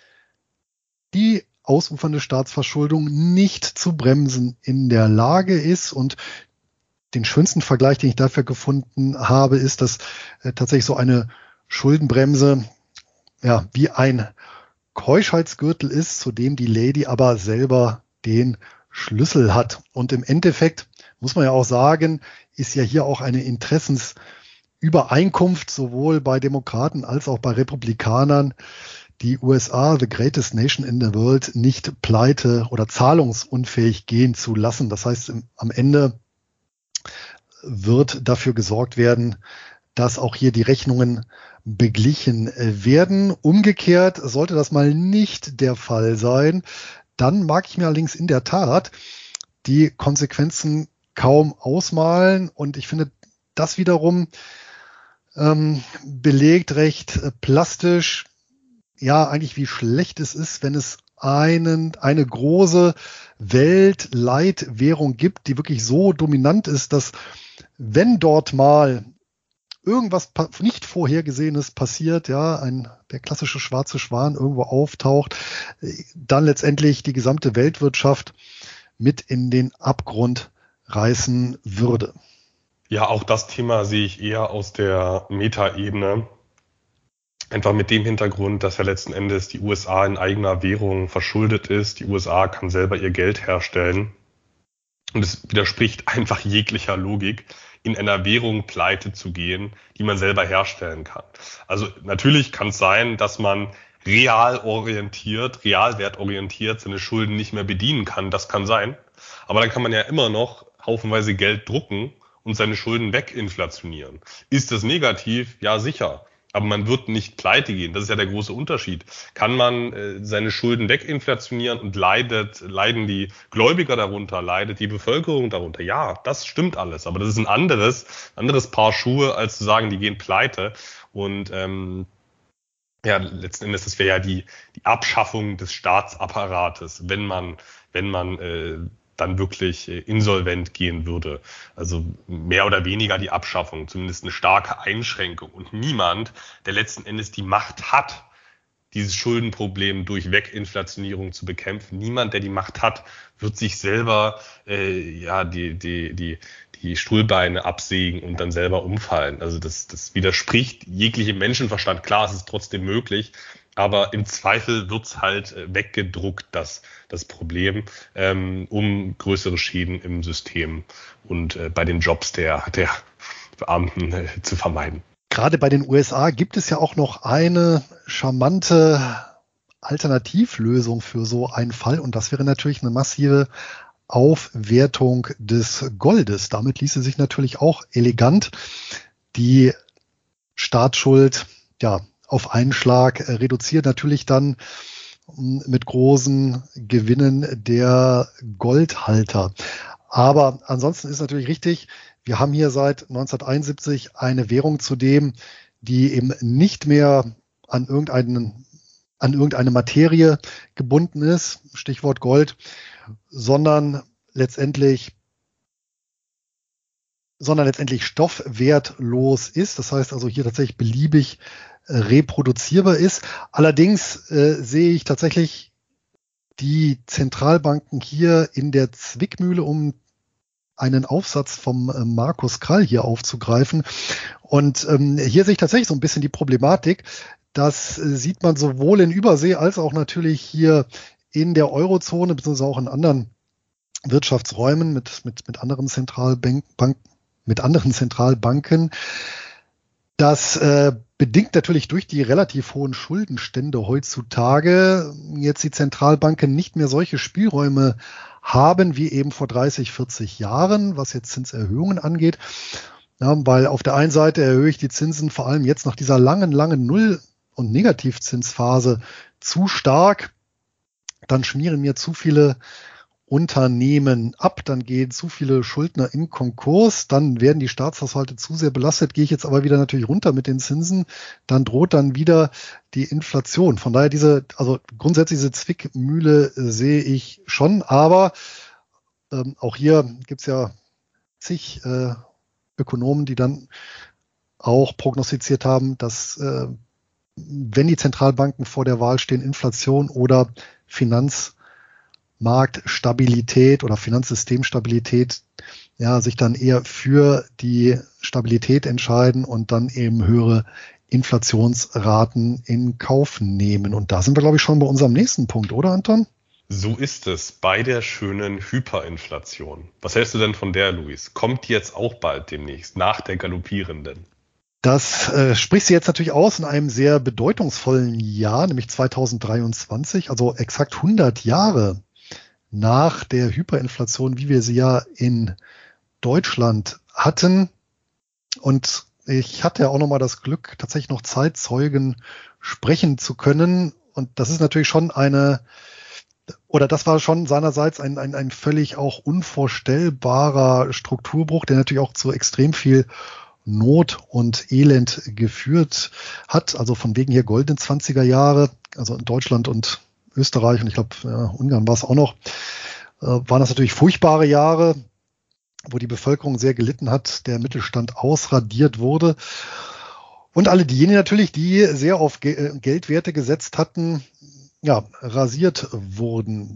[SPEAKER 3] die ausufernde Staatsverschuldung nicht zu bremsen in der Lage ist. Und den schönsten Vergleich, den ich dafür gefunden habe, ist, dass äh, tatsächlich so eine Schuldenbremse ja wie ein Keuschheitsgürtel ist, zu dem die Lady aber selber den Schlüssel hat. Und im Endeffekt muss man ja auch sagen, ist ja hier auch eine Interessensübereinkunft sowohl bei Demokraten als auch bei Republikanern, die U S A, the greatest nation in the world, nicht pleite oder zahlungsunfähig gehen zu lassen. Das heißt, am Ende wird dafür gesorgt werden, dass auch hier die Rechnungen beglichen werden. Umgekehrt sollte das mal nicht der Fall sein, dann mag ich mir allerdings in der Tat die Konsequenzen kaum ausmalen. Und ich finde, das wiederum ähm, belegt recht äh, plastisch, ja, eigentlich wie schlecht es ist, wenn es einen, eine große Weltleitwährung gibt, die wirklich so dominant ist, dass wenn dort mal irgendwas nicht Vorhergesehenes passiert, ja, ein, der klassische schwarze Schwan irgendwo auftaucht, dann letztendlich die gesamte Weltwirtschaft mit in den Abgrund reißen würde.
[SPEAKER 2] Ja, auch das Thema sehe ich eher aus der Metaebene. Einfach mit dem Hintergrund, dass ja letzten Endes die U S A in eigener Währung verschuldet ist. Die U S A kann selber ihr Geld herstellen. Und es widerspricht einfach jeglicher Logik, in einer Währung pleite zu gehen, die man selber herstellen kann. Also natürlich kann es sein, dass man real orientiert, realwertorientiert seine Schulden nicht mehr bedienen kann. Das kann sein. Aber dann kann man ja immer noch haufenweise Geld drucken und seine Schulden weginflationieren. Ist das negativ? Ja, sicher. Aber man wird nicht pleite gehen. Das ist ja der große Unterschied. Kann man äh, seine Schulden weginflationieren und leidet, leiden die Gläubiger darunter, leidet die Bevölkerung darunter? Ja, das stimmt alles. Aber das ist ein anderes, anderes Paar Schuhe, als zu sagen, die gehen pleite. Und ähm, ja, letzten Endes, das wäre ja die, die Abschaffung des Staatsapparates, wenn man, wenn man äh, dann wirklich insolvent gehen würde. Also mehr oder weniger die Abschaffung, zumindest eine starke Einschränkung. Und niemand, der letzten Endes die Macht hat, dieses Schuldenproblem durch Weginflationierung zu bekämpfen. Niemand, der die Macht hat, wird sich selber äh, ja die die die die Stuhlbeine absägen und dann selber umfallen. Also das das widerspricht jeglichem Menschenverstand. Klar, es ist trotzdem möglich, aber im Zweifel wird's halt weggedruckt, das das Problem, ähm, um größere Schäden im System und äh, bei den Jobs der der Beamten äh, zu vermeiden.
[SPEAKER 3] Gerade bei den U S A gibt es ja auch noch eine charmante Alternativlösung für so einen Fall. Und das wäre natürlich eine massive Aufwertung des Goldes. Damit ließe sich natürlich auch elegant die Staatsschuld ja auf einen Schlag reduzieren. Natürlich dann mit großen Gewinnen der Goldhalter. Aber ansonsten ist natürlich richtig, wir haben hier seit neunzehnhunderteinundsiebzig eine Währung zudem, die eben nicht mehr an irgendeinen, an irgendeine Materie gebunden ist, Stichwort Gold, sondern letztendlich, sondern letztendlich stoffwertlos ist. Das heißt also hier tatsächlich beliebig äh, reproduzierbar ist. Allerdings äh, sehe ich tatsächlich die Zentralbanken hier in der Zwickmühle, um einen Aufsatz vom äh, Markus Krall hier aufzugreifen. Und ähm, hier sehe ich tatsächlich so ein bisschen die Problematik. Das äh, sieht man sowohl in Übersee als auch natürlich hier in der Eurozone, beziehungsweise auch in anderen Wirtschaftsräumen mit, mit, mit anderen Zentralbanken, mit anderen Zentralbanken. Das äh, bedingt natürlich durch die relativ hohen Schuldenstände heutzutage jetzt die Zentralbanken nicht mehr solche Spielräume haben wie eben vor dreißig, vierzig Jahren, was jetzt Zinserhöhungen angeht. Ja, weil auf der einen Seite erhöhe ich die Zinsen vor allem jetzt nach dieser langen, langen Null- und Negativzinsphase zu stark. Dann schmieren mir zu viele Unternehmen ab, dann gehen zu viele Schuldner in Konkurs, dann werden die Staatshaushalte zu sehr belastet, gehe ich jetzt aber wieder natürlich runter mit den Zinsen, dann droht dann wieder die Inflation. Von daher diese, also grundsätzlich diese Zwickmühle sehe ich schon, aber ähm, auch hier gibt's ja zig äh, Ökonomen, die dann auch prognostiziert haben, dass äh, wenn die Zentralbanken vor der Wahl stehen, Inflation oder Finanz Marktstabilität oder Finanzsystemstabilität, ja, sich dann eher für die Stabilität entscheiden und dann eben höhere Inflationsraten in Kauf nehmen. Und da sind wir, glaube ich, schon bei unserem nächsten Punkt, oder Anton?
[SPEAKER 2] So ist es bei der schönen Hyperinflation. Was hältst du denn von der, Luis? Kommt die jetzt auch bald demnächst, nach der galoppierenden?
[SPEAKER 3] Das äh, sprichst du jetzt natürlich aus in einem sehr bedeutungsvollen Jahr, nämlich zweitausenddreiundzwanzig, also exakt hundert Jahre nach der Hyperinflation, wie wir sie ja in Deutschland hatten. Und ich hatte ja auch nochmal das Glück, tatsächlich noch Zeitzeugen sprechen zu können. Und das ist natürlich schon eine, oder das war schon seinerseits ein, ein, ein völlig auch unvorstellbarer Strukturbruch, der natürlich auch zu extrem viel Not und Elend geführt hat. Also von wegen hier goldenen zwanziger Jahre, also in Deutschland und Österreich und ich glaube, ja, Ungarn war es auch noch, äh, waren das natürlich furchtbare Jahre, wo die Bevölkerung sehr gelitten hat, der Mittelstand ausradiert wurde. Und alle diejenigen natürlich, die sehr auf Ge- Geldwerte gesetzt hatten, ja, rasiert wurden.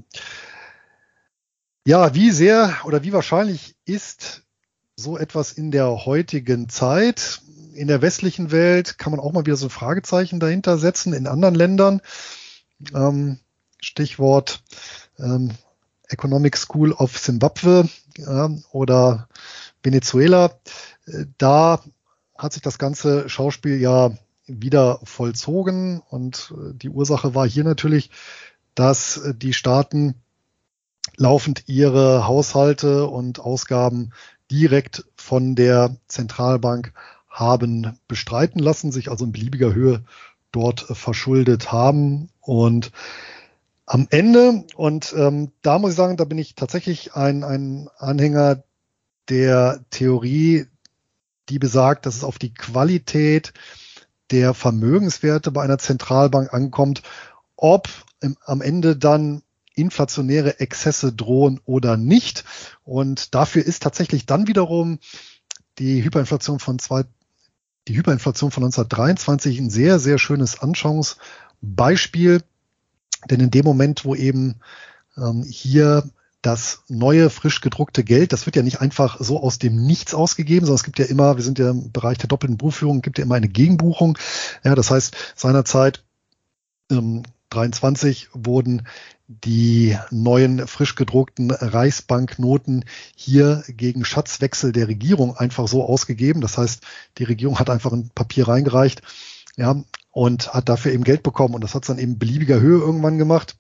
[SPEAKER 3] Ja, wie sehr oder wie wahrscheinlich ist so etwas in der heutigen Zeit? In der westlichen Welt kann man auch mal wieder so ein Fragezeichen dahinter setzen, in anderen Ländern. Ähm, Stichwort ähm, Economic School of Zimbabwe äh, oder Venezuela. Äh, da hat sich das ganze Schauspiel ja wieder vollzogen und äh, die Ursache war hier natürlich, dass äh, die Staaten laufend ihre Haushalte und Ausgaben direkt von der Zentralbank haben bestreiten lassen, sich also in beliebiger Höhe dort äh, verschuldet haben. Und am Ende, und ähm, da muss ich sagen, da bin ich tatsächlich ein, ein Anhänger der Theorie, die besagt, dass es auf die Qualität der Vermögenswerte bei einer Zentralbank ankommt, ob im, am Ende dann inflationäre Exzesse drohen oder nicht. Und dafür ist tatsächlich dann wiederum die Hyperinflation von die Hyperinflation von neunzehnhundertdreiundzwanzig ein sehr, sehr schönes Anschauungsbeispiel. Denn in dem Moment, wo eben ähm, hier das neue, frisch gedruckte Geld, das wird ja nicht einfach so aus dem Nichts ausgegeben, sondern es gibt ja immer, wir sind ja im Bereich der doppelten Buchführung, gibt ja immer eine Gegenbuchung. Ja, das heißt, seinerzeit ähm, dreiundzwanzig wurden die neuen, frisch gedruckten Reichsbanknoten hier gegen Schatzwechsel der Regierung einfach so ausgegeben. Das heißt, die Regierung hat einfach ein Papier reingereicht, ja, und hat dafür eben Geld bekommen. Und das hat es dann eben beliebiger Höhe irgendwann gemacht.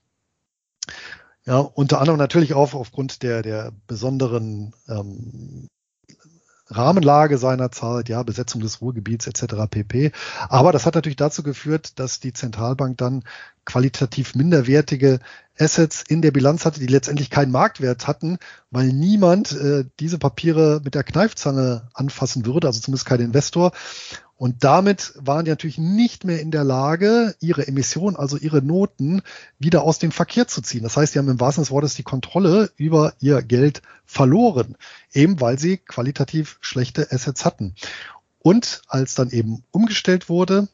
[SPEAKER 3] Ja, unter anderem natürlich auch aufgrund der, der besonderen ähm, Rahmenlage seiner Zeit, ja, Besetzung des Ruhrgebiets et cetera pp. Aber das hat natürlich dazu geführt, dass die Zentralbank dann qualitativ minderwertige Assets in der Bilanz hatte, die letztendlich keinen Marktwert hatten, weil niemand äh, diese Papiere mit der Kneifzange anfassen würde, also zumindest kein Investor. Und damit waren die natürlich nicht mehr in der Lage, ihre Emissionen, also ihre Noten, wieder aus dem Verkehr zu ziehen. Das heißt, die haben im wahrsten Sinne des Wortes die Kontrolle über ihr Geld verloren, eben weil sie qualitativ schlechte Assets hatten. Und als dann eben umgestellt wurde,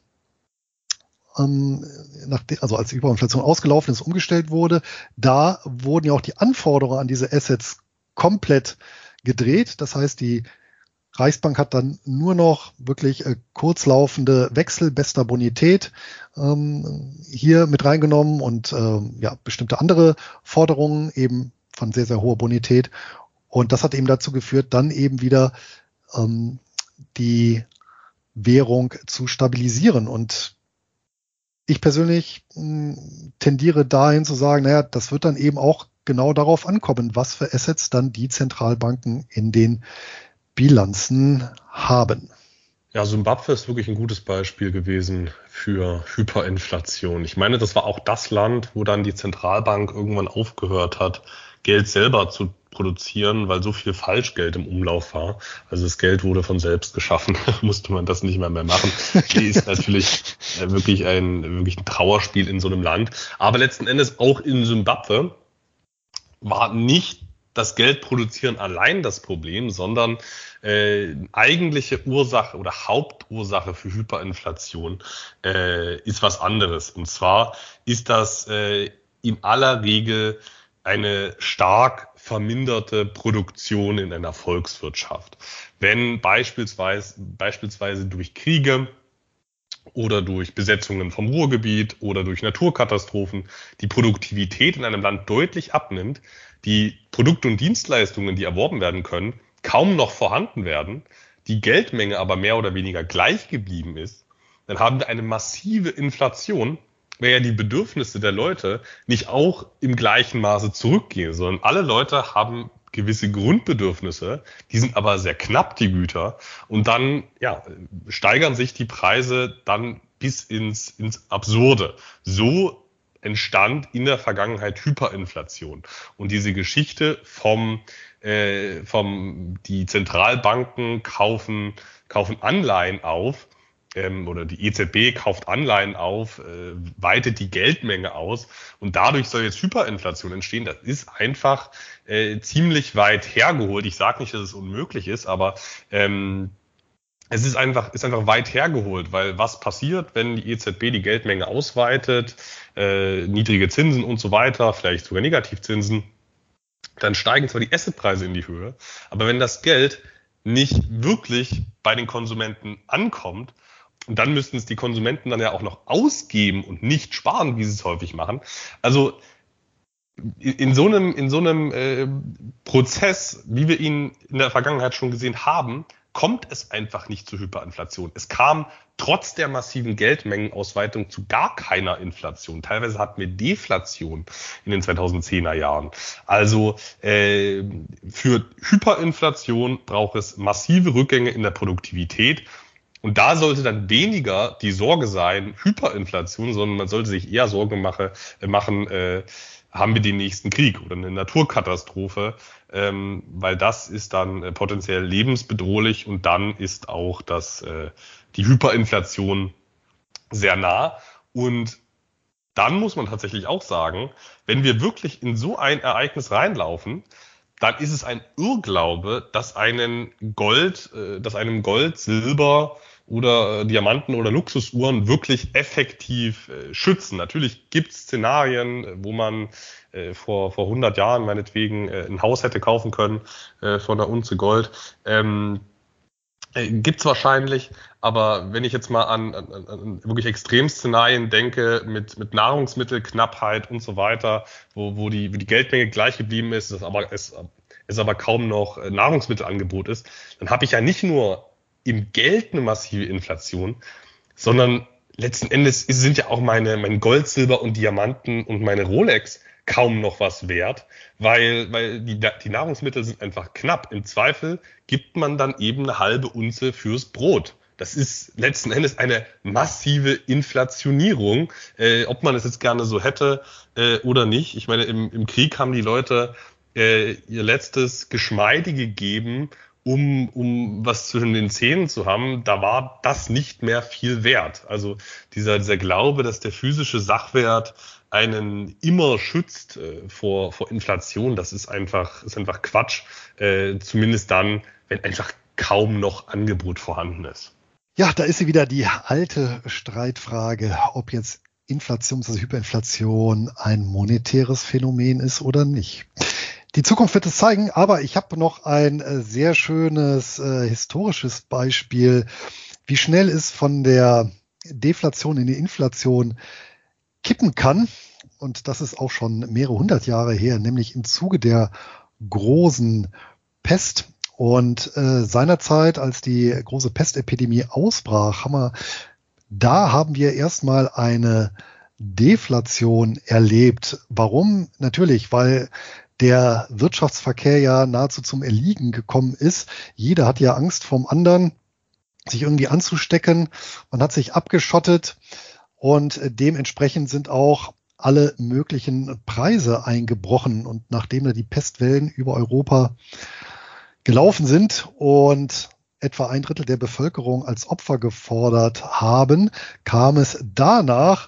[SPEAKER 3] ähm, nachdem, also als die Hyperinflation ausgelaufen ist, umgestellt wurde, da wurden ja auch die Anforderungen an diese Assets komplett gedreht. Das heißt, die Reichsbank hat dann nur noch wirklich äh, kurzlaufende Wechsel bester Bonität ähm, hier mit reingenommen und ähm, ja bestimmte andere Forderungen eben von sehr, sehr hoher Bonität. Und das hat eben dazu geführt, dann eben wieder ähm, die Währung zu stabilisieren. Und ich persönlich mh, tendiere dahin zu sagen, naja, das wird dann eben auch genau darauf ankommen, was für Assets dann die Zentralbanken in den Bilanzen haben.
[SPEAKER 2] Ja, Simbabwe ist wirklich ein gutes Beispiel gewesen für Hyperinflation. Ich meine, das war auch das Land, wo dann die Zentralbank irgendwann aufgehört hat, Geld selber zu produzieren, weil so viel Falschgeld im Umlauf war. Also das Geld wurde von selbst geschaffen, musste man das nicht mehr mehr machen. Die ist natürlich wirklich ein, wirklich ein Trauerspiel in so einem Land. Aber letzten Endes auch in Simbabwe war nicht das Geld produzieren allein das Problem, sondern äh, eigentliche Ursache oder Hauptursache für Hyperinflation äh, ist was anderes. Und zwar ist das äh, in aller Regel eine stark verminderte Produktion in einer Volkswirtschaft. Wenn beispielsweise, beispielsweise durch Kriege oder durch Besetzungen vom Ruhrgebiet oder durch Naturkatastrophen die Produktivität in einem Land deutlich abnimmt, die Produkte und Dienstleistungen, die erworben werden können, kaum noch vorhanden werden, die Geldmenge aber mehr oder weniger gleich geblieben ist, dann haben wir eine massive Inflation, weil ja die Bedürfnisse der Leute nicht auch im gleichen Maße zurückgehen, sondern alle Leute haben gewisse Grundbedürfnisse, die sind aber sehr knapp, die Güter, und dann ja steigern sich die Preise dann bis ins, ins Absurde. So entstand in der Vergangenheit Hyperinflation. Und diese Geschichte vom, äh, vom die Zentralbanken kaufen, kaufen Anleihen auf, ähm, oder die E Z B kauft Anleihen auf, äh, weitet die Geldmenge aus und dadurch soll jetzt Hyperinflation entstehen. Das ist einfach äh, ziemlich weit hergeholt. Ich sage nicht, dass es unmöglich ist, aber ähm, Es ist einfach, ist einfach weit hergeholt, weil was passiert, wenn die E Z B die Geldmenge ausweitet, äh, niedrige Zinsen und so weiter, vielleicht sogar Negativzinsen, dann steigen zwar die Assetpreise in die Höhe, aber wenn das Geld nicht wirklich bei den Konsumenten ankommt, und dann müssten es die Konsumenten dann ja auch noch ausgeben und nicht sparen, wie sie es häufig machen. Also in so einem, in so einem äh, Prozess, wie wir ihn in der Vergangenheit schon gesehen haben, kommt es einfach nicht zur Hyperinflation. Es kam trotz der massiven Geldmengenausweitung zu gar keiner Inflation. Teilweise hatten wir Deflation in den zweitausendzehner Jahren. Also äh, für Hyperinflation braucht es massive Rückgänge in der Produktivität. Und da sollte dann weniger die Sorge sein, Hyperinflation, sondern man sollte sich eher Sorgen mache, äh, machen, äh, haben wir den nächsten Krieg oder eine Naturkatastrophe, ähm, weil das ist dann äh, potenziell lebensbedrohlich und dann ist auch das, äh, die Hyperinflation sehr nah. Und dann muss man tatsächlich auch sagen, wenn wir wirklich in so ein Ereignis reinlaufen, dann ist es ein Irrglaube, dass einen Gold, äh, dass einem Gold, Silber oder äh, Diamanten oder Luxusuhren wirklich effektiv äh, schützen. Natürlich gibt es Szenarien, wo man äh, vor vor hundert Jahren meinetwegen äh, ein Haus hätte kaufen können äh, von einer Unze Gold. Ähm, äh, gibt's wahrscheinlich, aber wenn ich jetzt mal an, an, an wirklich Extremszenarien denke, mit mit Nahrungsmittelknappheit und so weiter, wo wo die wo die Geldmenge gleich geblieben ist, es aber es es aber kaum noch Nahrungsmittelangebot ist, dann habe ich ja nicht nur im Geld eine massive Inflation, sondern letzten Endes sind ja auch meine mein Gold, Silber und Diamanten und meine Rolex kaum noch was wert, weil weil die die Nahrungsmittel sind einfach knapp. Im Zweifel gibt man dann eben eine halbe Unze fürs Brot. Das ist letzten Endes eine massive Inflationierung, äh, ob man es jetzt gerne so hätte äh, oder nicht. Ich meine, im, im Krieg haben die Leute äh, ihr letztes Geschmeide gegeben, um um was zwischen den Zähnen zu haben. Da war das nicht mehr viel wert. Also dieser dieser Glaube, dass der physische Sachwert einen immer schützt äh, vor vor Inflation, das ist einfach ist einfach Quatsch. Äh, zumindest dann, wenn einfach kaum noch Angebot vorhanden ist.
[SPEAKER 3] Ja, da ist sie wieder, die alte Streitfrage, ob jetzt Inflation, also Hyperinflation ein monetäres Phänomen ist oder nicht. Die Zukunft wird es zeigen, aber ich habe noch ein äh, sehr schönes äh, historisches Beispiel, wie schnell es von der Deflation in die Inflation kippen kann. Und das ist auch schon mehrere hundert Jahre her, nämlich im Zuge der großen Pest. Und äh, seinerzeit, als die große Pestepidemie ausbrach, haben wir, da haben wir erstmal eine Deflation erlebt. Warum? Natürlich, weil der Wirtschaftsverkehr ja nahezu zum Erliegen gekommen ist. Jeder hat ja Angst vorm anderen, sich irgendwie anzustecken. Man hat sich abgeschottet und dementsprechend sind auch alle möglichen Preise eingebrochen. Und nachdem da die Pestwellen über Europa gelaufen sind und etwa ein Drittel der Bevölkerung als Opfer gefordert haben, kam es danach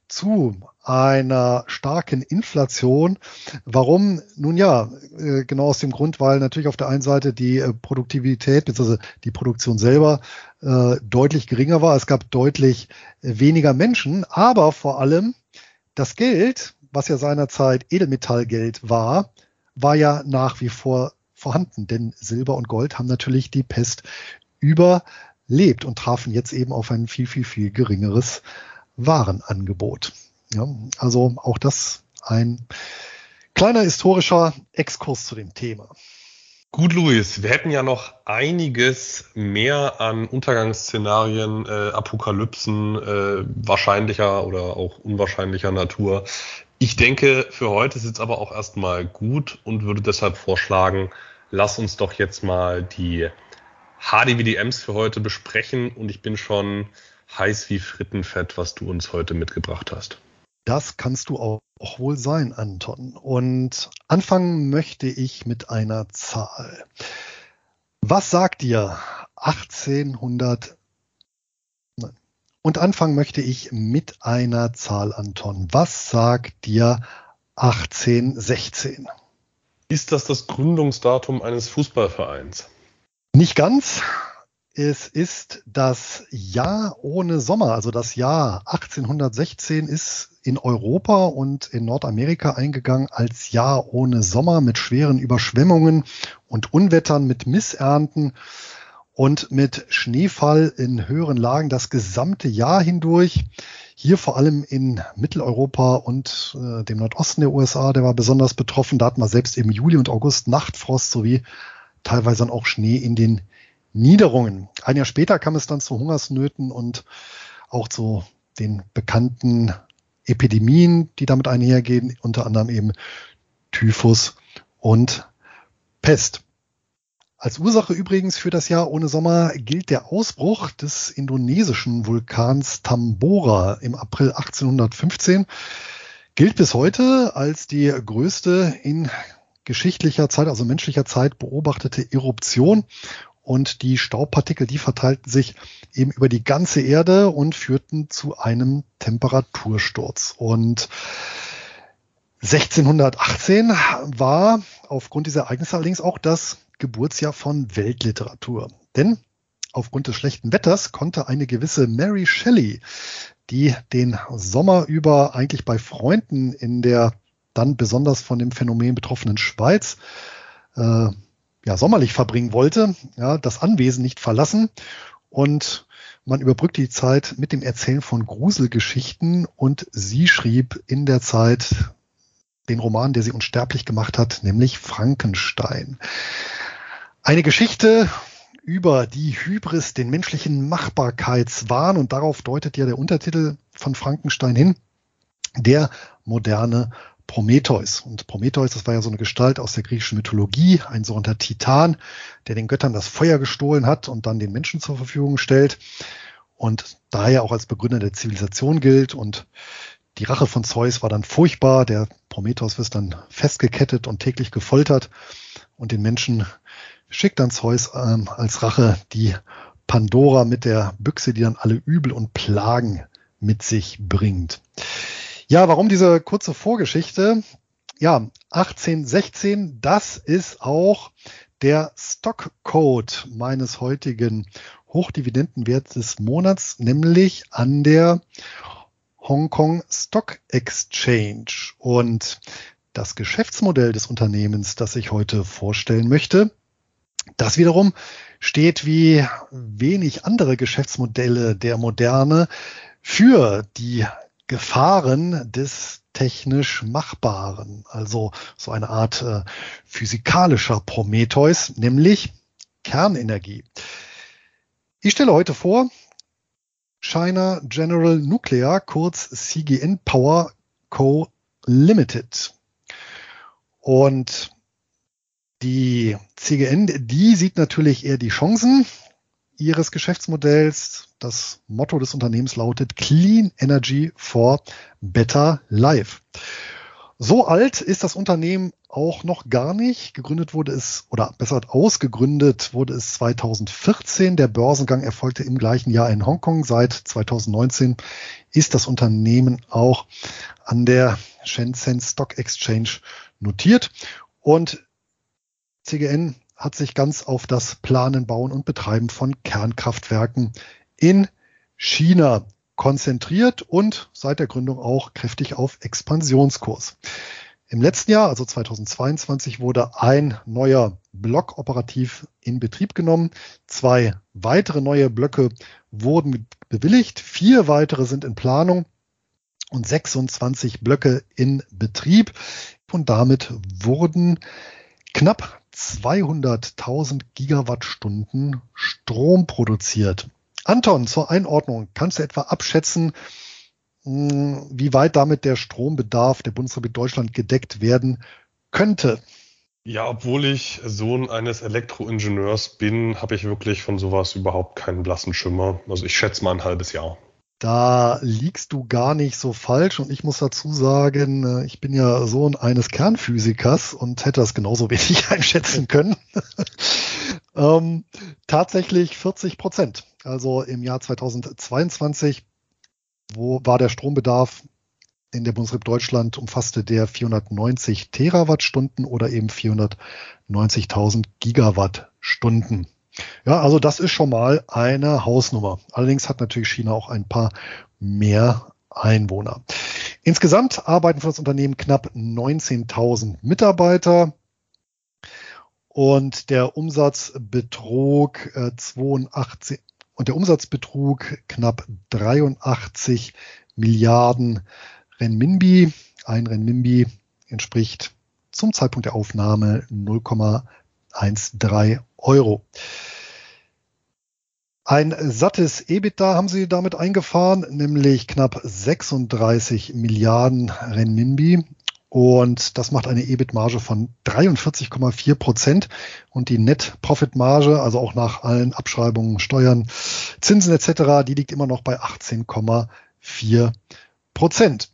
[SPEAKER 3] zu einer starken Inflation. Warum? Nun ja, genau aus dem Grund, weil natürlich auf der einen Seite die Produktivität bzw. die Produktion selber äh, deutlich geringer war. Es gab deutlich weniger Menschen, aber vor allem das Geld, was ja seinerzeit Edelmetallgeld war, war ja nach wie vor vorhanden, denn Silber und Gold haben natürlich die Pest überlebt und trafen jetzt eben auf ein viel, viel, viel geringeres Warenangebot. Ja, also auch das ein kleiner historischer Exkurs zu dem Thema.
[SPEAKER 2] Gut, Luis, wir hätten ja noch einiges mehr an Untergangsszenarien, äh, Apokalypsen, äh, wahrscheinlicher oder auch unwahrscheinlicher Natur. Ich denke, für heute ist es aber auch erstmal gut und würde deshalb vorschlagen, lass uns doch jetzt mal die H D W D Ms für heute besprechen und ich bin schon heiß wie Frittenfett, was du uns heute mitgebracht hast.
[SPEAKER 3] Das kannst du auch wohl sein, Anton. Und anfangen möchte ich mit einer Zahl. Was sagt dir achtzehnhundert? Und anfangen möchte ich mit einer Zahl, Anton. Was sagt dir achtzehnhundertsechzehn?
[SPEAKER 2] Ist das das Gründungsdatum eines Fußballvereins?
[SPEAKER 3] Nicht ganz. Es ist das Jahr ohne Sommer. Also das Jahr achtzehnhundertsechzehn ist in Europa und in Nordamerika eingegangen als Jahr ohne Sommer mit schweren Überschwemmungen und Unwettern, mit Missernten und mit Schneefall in höheren Lagen das gesamte Jahr hindurch. Hier vor allem in Mitteleuropa und äh, dem Nordosten der U S A, der war besonders betroffen. Da hatten wir selbst im Juli und August Nachtfrost sowie teilweise dann auch Schnee in den Niederungen. Ein Jahr später kam es dann zu Hungersnöten und auch zu den bekannten Epidemien, die damit einhergehen, unter anderem eben Typhus und Pest. Als Ursache übrigens für das Jahr ohne Sommer gilt der Ausbruch des indonesischen Vulkans Tambora im April achtzehnhundertfünfzehn. Gilt bis heute als die größte in geschichtlicher Zeit, also menschlicher Zeit, beobachtete Eruption. Und die Staubpartikel, die verteilten sich eben über die ganze Erde und führten zu einem Temperatursturz. Und sechzehnhundertachtzehn war aufgrund dieser Ereignisse allerdings auch das Geburtsjahr von Weltliteratur. Denn aufgrund des schlechten Wetters konnte eine gewisse Mary Shelley, die den Sommer über eigentlich bei Freunden in der dann besonders von dem Phänomen betroffenen Schweiz äh, ja, sommerlich verbringen wollte, ja, das Anwesen nicht verlassen, und man überbrückte die Zeit mit dem Erzählen von Gruselgeschichten, und sie schrieb in der Zeit den Roman, der sie unsterblich gemacht hat, nämlich Frankenstein. Eine Geschichte über die Hybris, den menschlichen Machbarkeitswahn, und darauf deutet ja der Untertitel von Frankenstein hin, der moderne Prometheus. Und Prometheus, das war ja so eine Gestalt aus der griechischen Mythologie, ein sogenannter Titan, der den Göttern das Feuer gestohlen hat und dann den Menschen zur Verfügung stellt und daher auch als Begründer der Zivilisation gilt. Und die Rache von Zeus war dann furchtbar. Der Prometheus wird dann festgekettet und täglich gefoltert, und den Menschen schickt dann Zeus ähm, als Rache die Pandora mit der Büchse, die dann alle Übel und Plagen mit sich bringt. Ja, warum diese kurze Vorgeschichte? Ja, achtzehnhundertsechzehn, das ist auch der Stockcode meines heutigen Hochdividendenwerts des Monats, nämlich an der Hong Kong Stock Exchange. Und das Geschäftsmodell des Unternehmens, das ich heute vorstellen möchte, das wiederum steht wie wenig andere Geschäftsmodelle der Moderne für die Gefahren des technisch Machbaren, also so eine Art äh, physikalischer Prometheus, nämlich Kernenergie. Ich stelle heute vor China General Nuclear, kurz C G N Power Co. Limited. Und die C G N, die sieht natürlich eher die Chancen ihres Geschäftsmodells. Das Motto des Unternehmens lautet Clean Energy for Better Life. So alt ist das Unternehmen auch noch gar nicht. Gegründet wurde es, oder besser ausgegründet wurde es zweitausendvierzehn. Der Börsengang erfolgte im gleichen Jahr in Hongkong. Seit zweitausendneunzehn ist das Unternehmen auch an der Shenzhen Stock Exchange notiert. Und C G N hat sich ganz auf das Planen, Bauen und Betreiben von Kernkraftwerken in China konzentriert und seit der Gründung auch kräftig auf Expansionskurs. Im letzten Jahr, also zweitausendzweiundzwanzig, wurde ein neuer Block operativ in Betrieb genommen. Zwei weitere neue Blöcke wurden bewilligt, vier weitere sind in Planung und sechsundzwanzig Blöcke in Betrieb. Und damit wurden knapp zweihunderttausend Gigawattstunden Strom produziert. Anton, zur Einordnung, kannst du etwa abschätzen, wie weit damit der Strombedarf der Bundesrepublik Deutschland gedeckt werden könnte?
[SPEAKER 2] Ja, obwohl ich Sohn eines Elektroingenieurs bin, habe ich wirklich von sowas überhaupt keinen blassen Schimmer. Also ich schätze mal ein halbes Jahr.
[SPEAKER 3] Da liegst du gar nicht so falsch, und ich muss dazu sagen, ich bin ja Sohn eines Kernphysikers und hätte das genauso wenig einschätzen können. ähm, tatsächlich vierzig Prozent. Also im Jahr zweitausendzweiundzwanzig, wo war der Strombedarf in der Bundesrepublik Deutschland, umfasste der vierhundertneunzig Terawattstunden oder eben vierhundertneunzigtausend Gigawattstunden. Ja, also das ist schon mal eine Hausnummer. Allerdings hat natürlich China auch ein paar mehr Einwohner. Insgesamt arbeiten für das Unternehmen knapp neunzehntausend Mitarbeiter und der Umsatz betrug äh, zweiundachtzig und der Umsatz betrug knapp dreiundachtzig Milliarden Renminbi. Ein Renminbi entspricht zum Zeitpunkt der Aufnahme null Komma dreizehn Euro. Ein sattes EBITDA haben sie damit eingefahren, nämlich knapp sechsunddreißig Milliarden Renminbi. Und das macht eine E B I T-Marge von dreiundvierzig Komma vier Prozent. Und die Net-Profit-Marge, also auch nach allen Abschreibungen, Steuern, Zinsen et cetera, die liegt immer noch bei achtzehn Komma vier Prozent.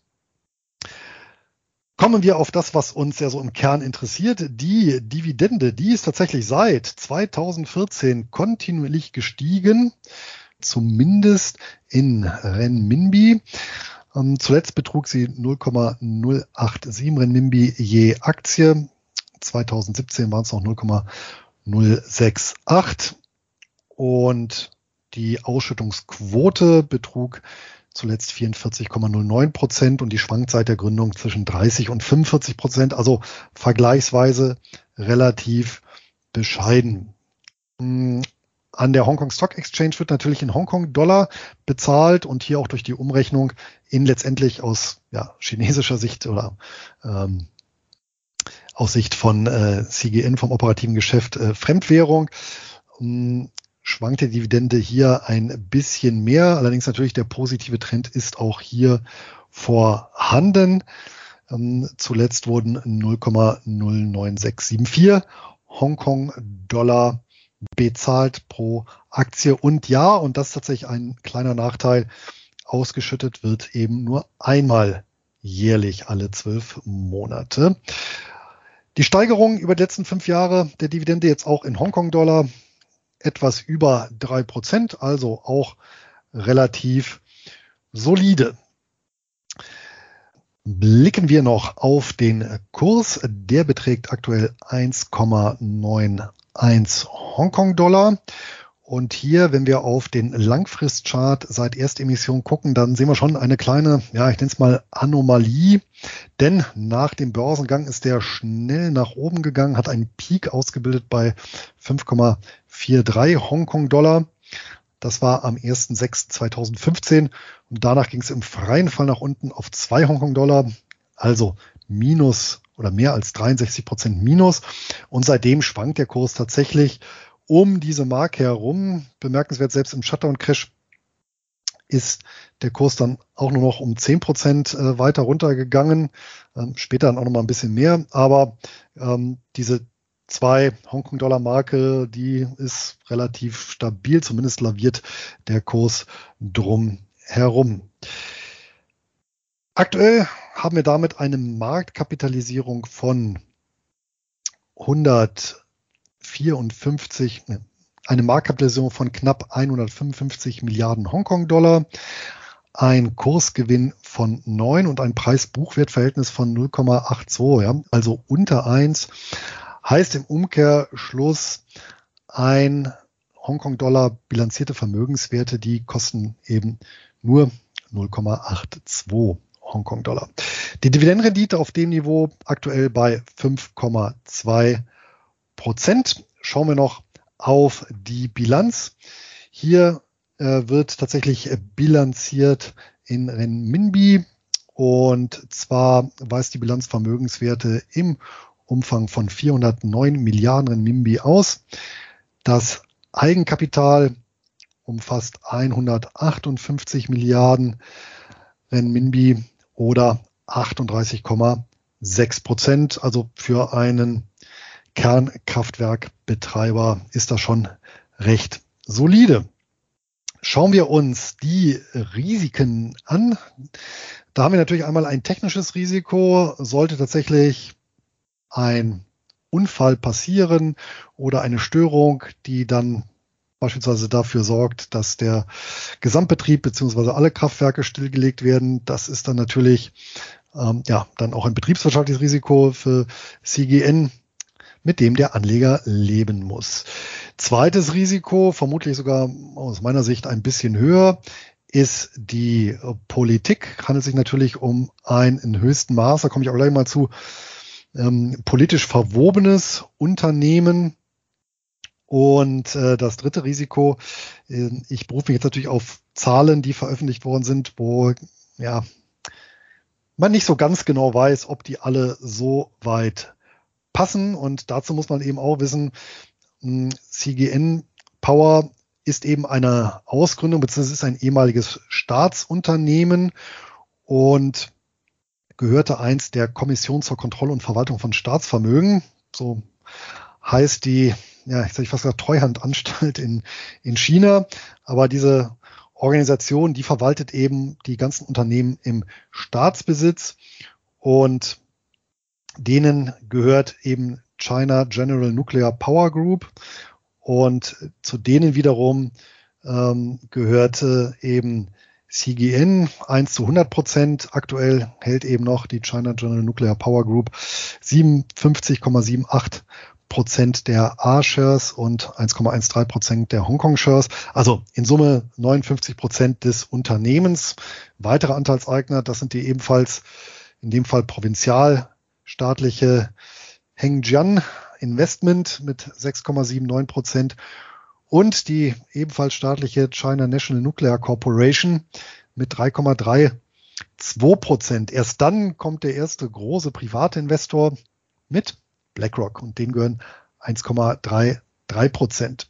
[SPEAKER 3] Kommen wir auf das, was uns ja so im Kern interessiert. Die Dividende, die ist tatsächlich seit zweitausendvierzehn kontinuierlich gestiegen, zumindest in Renminbi. Ähm, zuletzt betrug sie null Komma null acht sieben Renminbi je Aktie. zweitausendsiebzehn waren es noch null Komma null sechs acht. und die Ausschüttungsquote betrug zuletzt vierundvierzig Komma null neun Prozent und die schwankt seit der Gründung zwischen dreißig und fünfundvierzig Prozent, also vergleichsweise relativ bescheiden. An der Hongkong Stock Exchange wird natürlich in Hongkong-Dollar bezahlt und hier auch durch die Umrechnung in letztendlich aus ja, chinesischer Sicht oder ähm, aus Sicht von äh, C G N vom operativen Geschäft äh, Fremdwährung. Ähm, schwankt die Dividende hier ein bisschen mehr. Allerdings natürlich der positive Trend ist auch hier vorhanden. Ähm, zuletzt wurden null Komma null neun sechs sieben vier Hongkong-Dollar bezahlt pro Aktie. Und ja, und das ist tatsächlich ein kleiner Nachteil, ausgeschüttet wird eben nur einmal jährlich alle zwölf Monate. Die Steigerung über die letzten fünf Jahre der Dividende jetzt auch in Hongkong-Dollar etwas über drei Prozent, also auch relativ solide. Blicken wir noch auf den Kurs. Der beträgt aktuell eins Komma einundneunzig Hongkong-Dollar. Und hier, wenn wir auf den Langfristchart seit Erstemission gucken, dann sehen wir schon eine kleine, ja, ich nenne es mal Anomalie. Denn nach dem Börsengang ist der schnell nach oben gegangen, hat einen Peak ausgebildet bei fünf Komma dreiundvierzig Hongkong-Dollar. Das war am ersten sechsten zweitausendfünfzehn und danach ging es im freien Fall nach unten auf zwei Hongkong-Dollar, also minus oder mehr als dreiundsechzig Prozent minus. Und seitdem schwankt der Kurs tatsächlich um diese Marke herum. Bemerkenswert, selbst im Shutdown-Crash ist der Kurs dann auch nur noch um zehn Prozent äh, weiter runtergegangen. Ähm, später dann auch noch mal ein bisschen mehr. Aber ähm, diese zwei Hongkong-Dollar-Marke, die ist relativ stabil. Zumindest laviert der Kurs drum herum. Aktuell haben wir damit eine Marktkapitalisierung von hundertvierundfünfzig, eine Marktkapitalisierung von knapp hundertfünfundfünfzig Milliarden Hongkong-Dollar, ein Kursgewinn von neun und ein Preis-Buchwert-Verhältnis von null Komma zweiundachtzig, ja, also unter eins, heißt im Umkehrschluss, ein Hongkong-Dollar bilanzierte Vermögenswerte, die kosten eben nur null Komma zweiundachtzig Hongkong-Dollar. Die Dividendenrendite auf dem Niveau aktuell bei fünf Komma zwei Prozent. Schauen wir noch auf die Bilanz. Hier äh, wird tatsächlich bilanziert in Renminbi und zwar weist die Bilanz Vermögenswerte im Umfang von vierhundertneun Milliarden Renminbi aus. Das Eigenkapital umfasst hundertachtundfünfzig Milliarden Renminbi oder achtunddreißig Komma sechs Prozent. Also für einen Kernkraftwerkbetreiber ist das schon recht solide. Schauen wir uns die Risiken an. Da haben wir natürlich einmal ein technisches Risiko. Sollte tatsächlich ein Unfall passieren oder eine Störung, die dann beispielsweise dafür sorgt, dass der Gesamtbetrieb bzw. alle Kraftwerke stillgelegt werden. Das ist dann natürlich ähm, ja dann auch ein betriebswirtschaftliches Risiko für C G N, mit dem der Anleger leben muss. Zweites Risiko, vermutlich sogar aus meiner Sicht ein bisschen höher, ist die Politik. Handelt sich natürlich um ein in höchstem Maß, da komme ich auch gleich mal zu, ähm, politisch verwobenes Unternehmen. Und äh, das dritte Risiko, äh, ich berufe mich jetzt natürlich auf Zahlen, die veröffentlicht worden sind, wo ja man nicht so ganz genau weiß, ob die alle so weit passen. Und dazu muss man eben auch wissen, C G N Power ist eben eine Ausgründung, beziehungsweise ist ein ehemaliges Staatsunternehmen und gehörte einst der Kommission zur Kontrolle und Verwaltung von Staatsvermögen. So heißt die, ja, ich sage fast gesagt, Treuhandanstalt in, in China. Aber diese Organisation, die verwaltet eben die ganzen Unternehmen im Staatsbesitz und denen gehört eben China General Nuclear Power Group und zu denen wiederum ähm, gehörte eben C G N eins zu hundert Prozent. Aktuell hält eben noch die China General Nuclear Power Group siebenundfünfzig Komma achtzig Prozent der A-Shares und eins Komma dreizehn Prozent der Hongkong-Shares. Also in Summe neunundfünfzig Prozent des Unternehmens. Weitere Anteilseigner, das sind die ebenfalls in dem Fall provinzialstaatliche Hengjian Investment mit sechs Komma neunundsiebzig Prozent und die ebenfalls staatliche China National Nuclear Corporation mit drei Komma zweiunddreißig Prozent. Erst dann kommt der erste große private Investor mit BlackRock und denen gehören eins Komma dreiunddreißig Prozent.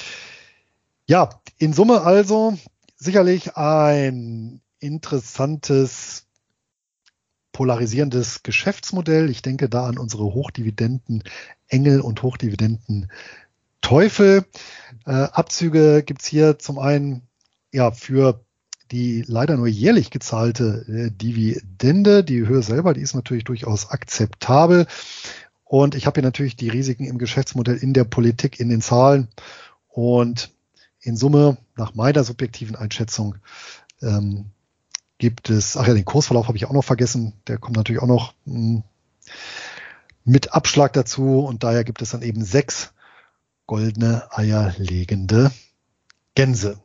[SPEAKER 3] Ja, in Summe also sicherlich ein interessantes, polarisierendes Geschäftsmodell. Ich denke da an unsere Hochdividenden-Engel und Hochdividenden-Teufel. Äh, Abzüge gibt's hier zum einen ja für die leider nur jährlich gezahlte äh, Dividende. Die Höhe selber, die ist natürlich durchaus akzeptabel. Und ich habe hier natürlich die Risiken im Geschäftsmodell, in der Politik, in den Zahlen. Und in Summe, nach meiner subjektiven Einschätzung, ähm, gibt es, ach ja, den Kursverlauf habe ich auch noch vergessen. Der kommt natürlich auch noch mh, mit Abschlag dazu. Und daher gibt es dann eben sechs goldene, eierlegende Gänse.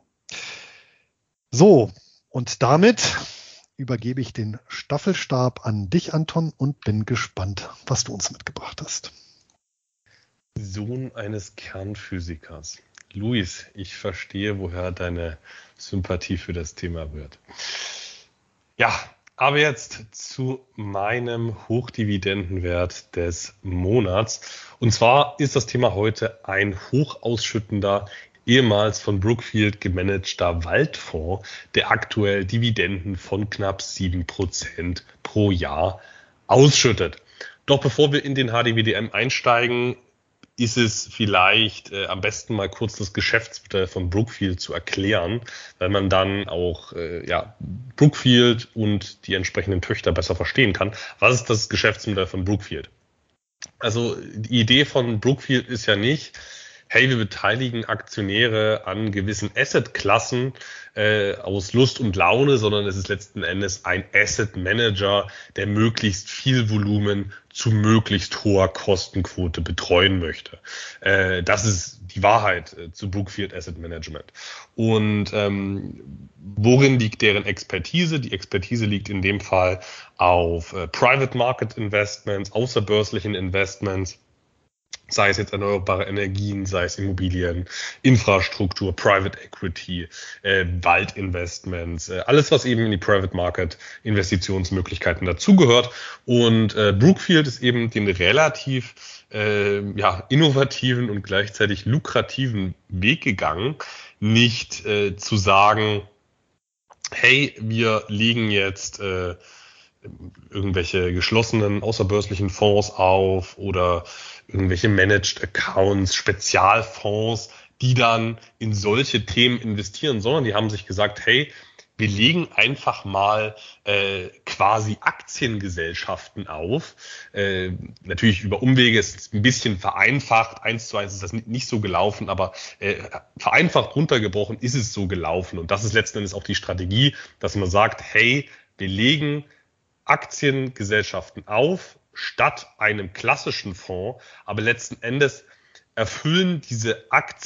[SPEAKER 3] So, und damit übergebe ich den Staffelstab an dich, Anton, und bin gespannt, was du uns mitgebracht hast.
[SPEAKER 2] Sohn eines Kernphysikers. Luis, ich verstehe, woher deine Sympathie für das Thema rührt. Ja, aber jetzt zu meinem Hochdividendenwert des Monats. Und zwar ist das Thema heute ein hochausschüttender, ehemals von Brookfield gemanagter Waldfonds, der aktuell Dividenden von knapp sieben Prozent pro Jahr ausschüttet. Doch bevor wir in den H D W D M einsteigen, ist es vielleicht äh, am besten mal kurz das Geschäftsmodell von Brookfield zu erklären, weil man dann auch äh, ja, Brookfield und die entsprechenden Töchter besser verstehen kann. Was ist das Geschäftsmodell von Brookfield? Also die Idee von Brookfield ist ja nicht, hey, wir beteiligen Aktionäre an gewissen Assetklassen äh, aus Lust und Laune, sondern es ist letzten Endes ein Asset Manager, der möglichst viel Volumen zu möglichst hoher Kostenquote betreuen möchte. Äh, das ist die Wahrheit äh, zu Brookfield Asset Management. Und ähm, worin liegt deren Expertise? Die Expertise liegt in dem Fall auf äh, Private Market Investments, außerbörslichen Investments, sei es jetzt erneuerbare Energien, sei es Immobilien, Infrastruktur, Private Equity, äh, Waldinvestments, äh, alles, was eben in die Private Market Investitionsmöglichkeiten dazugehört. Und äh, Brookfield ist eben den relativ äh, ja, innovativen und gleichzeitig lukrativen Weg gegangen, nicht äh, zu sagen, hey, wir legen jetzt äh, irgendwelche geschlossenen außerbörslichen Fonds auf oder irgendwelche Managed Accounts, Spezialfonds, die dann in solche Themen investieren, sondern die haben sich gesagt, hey, wir legen einfach mal äh, quasi Aktiengesellschaften auf. Äh, natürlich über Umwege ist es ein bisschen vereinfacht, eins zu eins ist das nicht so gelaufen, aber äh, vereinfacht runtergebrochen ist es so gelaufen. Und das ist letzten Endes auch die Strategie, dass man sagt, hey, wir legen Aktiengesellschaften auf, statt einem klassischen Fonds, aber letzten Endes erfüllen diese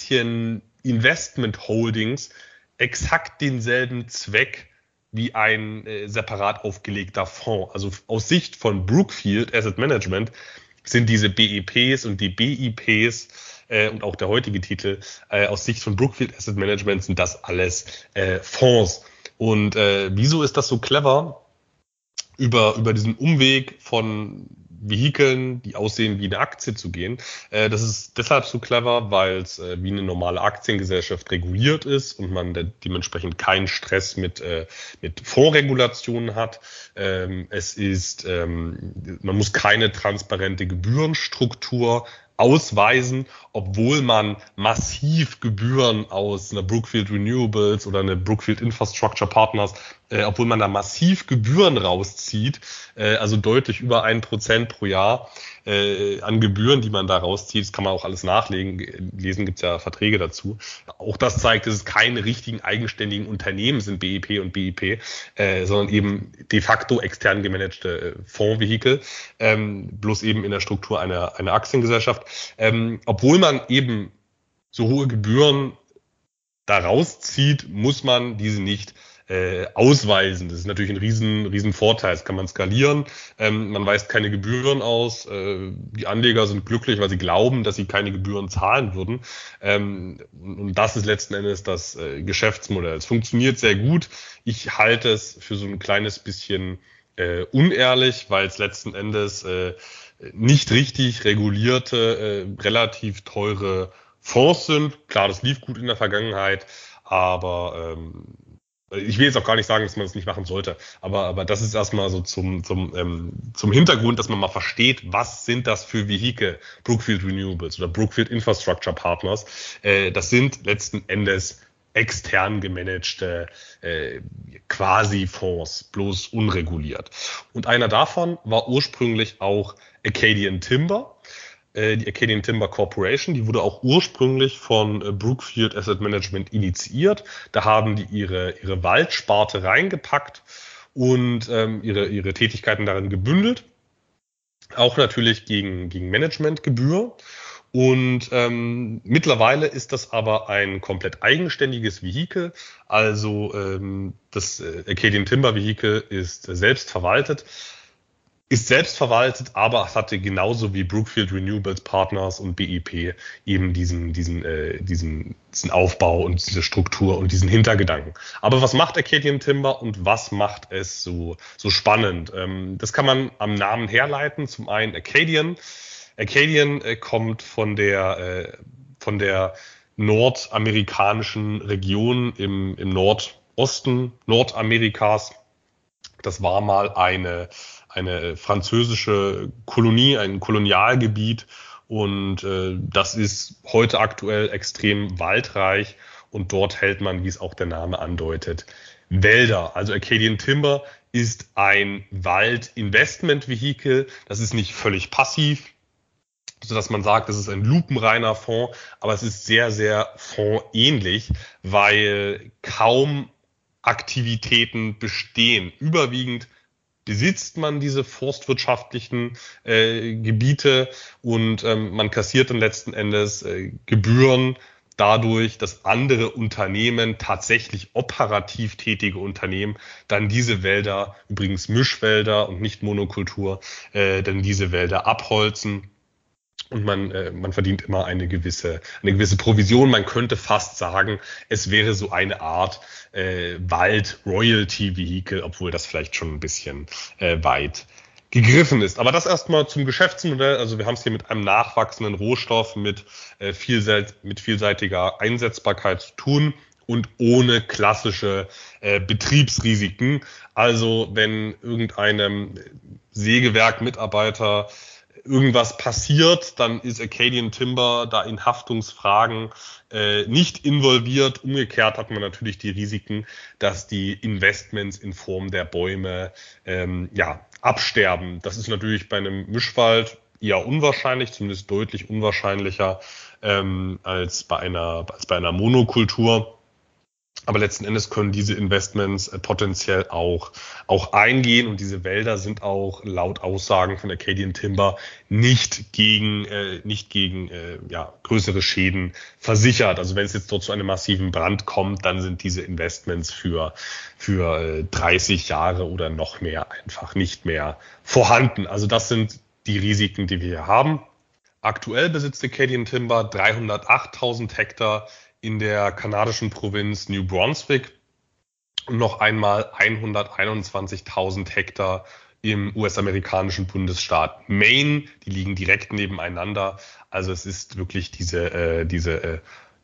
[SPEAKER 2] Aktien-Investment-Holdings exakt denselben Zweck wie ein äh, separat aufgelegter Fonds. Also aus Sicht von Brookfield Asset Management sind diese B E Ps und die B I Ps äh, und auch der heutige Titel äh, aus Sicht von Brookfield Asset Management sind das alles äh, Fonds. Und äh, wieso ist das so clever? über über diesen Umweg von Vehikeln, die aussehen wie eine Aktie, zu gehen. Äh, das ist deshalb so clever, weil es äh, wie eine normale Aktiengesellschaft reguliert ist und man de- dementsprechend keinen Stress mit äh, mit Fondsregulationen hat. Ähm, es ist, ähm, man muss keine transparente Gebührenstruktur ausweisen, obwohl man massiv Gebühren aus einer Brookfield Renewables oder einer Brookfield Infrastructure Partners äh, obwohl man da massiv Gebühren rauszieht, äh, also deutlich über ein Prozent pro Jahr äh, an Gebühren, die man da rauszieht. Das kann man auch alles nachlesen, lesen, gibt's ja Verträge dazu. Auch das zeigt, dass es keine richtigen eigenständigen Unternehmen sind, B E P und B I P, äh, sondern eben de facto extern gemanagte äh, Fondsvehikel, ähm, bloß eben in der Struktur einer, einer Aktiengesellschaft. Ähm, obwohl man eben so hohe Gebühren da rauszieht, muss man diese nicht äh, ausweisen. Das ist natürlich ein riesen, riesen Vorteil. Das kann man skalieren. Ähm, man weist keine Gebühren aus. Äh, die Anleger sind glücklich, weil sie glauben, dass sie keine Gebühren zahlen würden. Ähm, und das ist letzten Endes das äh, Geschäftsmodell. Es funktioniert sehr gut. Ich halte es für so ein kleines bisschen äh, unehrlich, weil es letzten Endes äh, nicht richtig regulierte, äh, relativ teure Fonds sind. Klar, das lief gut in der Vergangenheit, aber ähm, ich will jetzt auch gar nicht sagen, dass man das nicht machen sollte, aber aber das ist erstmal so zum zum ähm, zum Hintergrund, dass man mal versteht, was sind das für Vehikel, Brookfield Renewables oder Brookfield Infrastructure Partners. Äh, das sind letzten Endes extern gemanagte äh, quasi Fonds, bloß unreguliert. Und einer davon war ursprünglich auch Acadian Timber. Die Acadian Timber Corporation, die wurde auch ursprünglich von Brookfield Asset Management initiiert. Da haben die ihre ihre Waldsparte reingepackt und ähm, ihre ihre Tätigkeiten darin gebündelt. Auch natürlich gegen gegen Managementgebühr. Und ähm, mittlerweile ist das aber ein komplett eigenständiges Vehikel. Also ähm, das Acadian Timber Vehikel ist selbst verwaltet. Ist selbst verwaltet, aber es hatte genauso wie Brookfield Renewables Partners und B I P eben diesen diesen äh, diesen diesen Aufbau und diese Struktur und diesen Hintergedanken. Aber was macht Acadian Timber und was macht es so so spannend? Ähm, das kann man am Namen herleiten. Zum einen Acadian. Acadian äh, kommt von der äh, von der nordamerikanischen Region im im Nordosten Nordamerikas. Das war mal eine eine französische Kolonie, ein Kolonialgebiet und äh, das ist heute aktuell extrem waldreich und dort hält man, wie es auch der Name andeutet, Wälder. Also Acadian Timber ist ein Wald-Investment-Vehikel, das ist nicht völlig passiv, sodass man sagt, das ist ein lupenreiner Fonds, aber es ist sehr, sehr fondsähnlich, weil kaum Aktivitäten bestehen. Überwiegend besitzt man diese forstwirtschaftlichen äh, Gebiete und ähm, man kassiert dann letzten Endes äh, Gebühren dadurch, dass andere Unternehmen, tatsächlich operativ tätige Unternehmen, dann diese Wälder, übrigens Mischwälder und nicht Monokultur, äh, dann diese Wälder abholzen. Und man äh, man verdient immer eine gewisse eine gewisse Provision. Man könnte fast sagen, es wäre so eine Art äh, Wald-Royalty-Vehikel, obwohl das vielleicht schon ein bisschen äh, weit gegriffen ist. Aber das erstmal zum Geschäftsmodell. Also wir haben es hier mit einem nachwachsenden Rohstoff mit äh, vielseit mit vielseitiger Einsetzbarkeit zu tun und ohne klassische äh, Betriebsrisiken. Also wenn irgendeinem Sägewerk-Mitarbeiter irgendwas passiert, dann ist Acadian Timber da in Haftungsfragen äh, nicht involviert. Umgekehrt hat man natürlich die Risiken, dass die Investments in Form der Bäume ähm, ja absterben. Das ist natürlich bei einem Mischwald eher unwahrscheinlich, zumindest deutlich unwahrscheinlicher ähm, als bei einer als bei einer Monokultur. Aber letzten Endes können diese Investments äh, potenziell auch auch eingehen und diese Wälder sind auch laut Aussagen von Acadian Timber nicht gegen äh, nicht gegen äh, ja größere Schäden versichert. Also wenn es jetzt dort zu einem massiven Brand kommt, dann sind diese Investments für für äh, dreißig Jahre oder noch mehr einfach nicht mehr vorhanden. Also das sind die Risiken, die wir hier haben. Aktuell besitzt Acadian Timber dreihundertachttausend Hektar in der kanadischen Provinz New Brunswick und noch einmal hunderteinundzwanzigtausend Hektar im U S-amerikanischen Bundesstaat Maine. Die liegen direkt nebeneinander. Also es ist wirklich diese, äh, diese äh,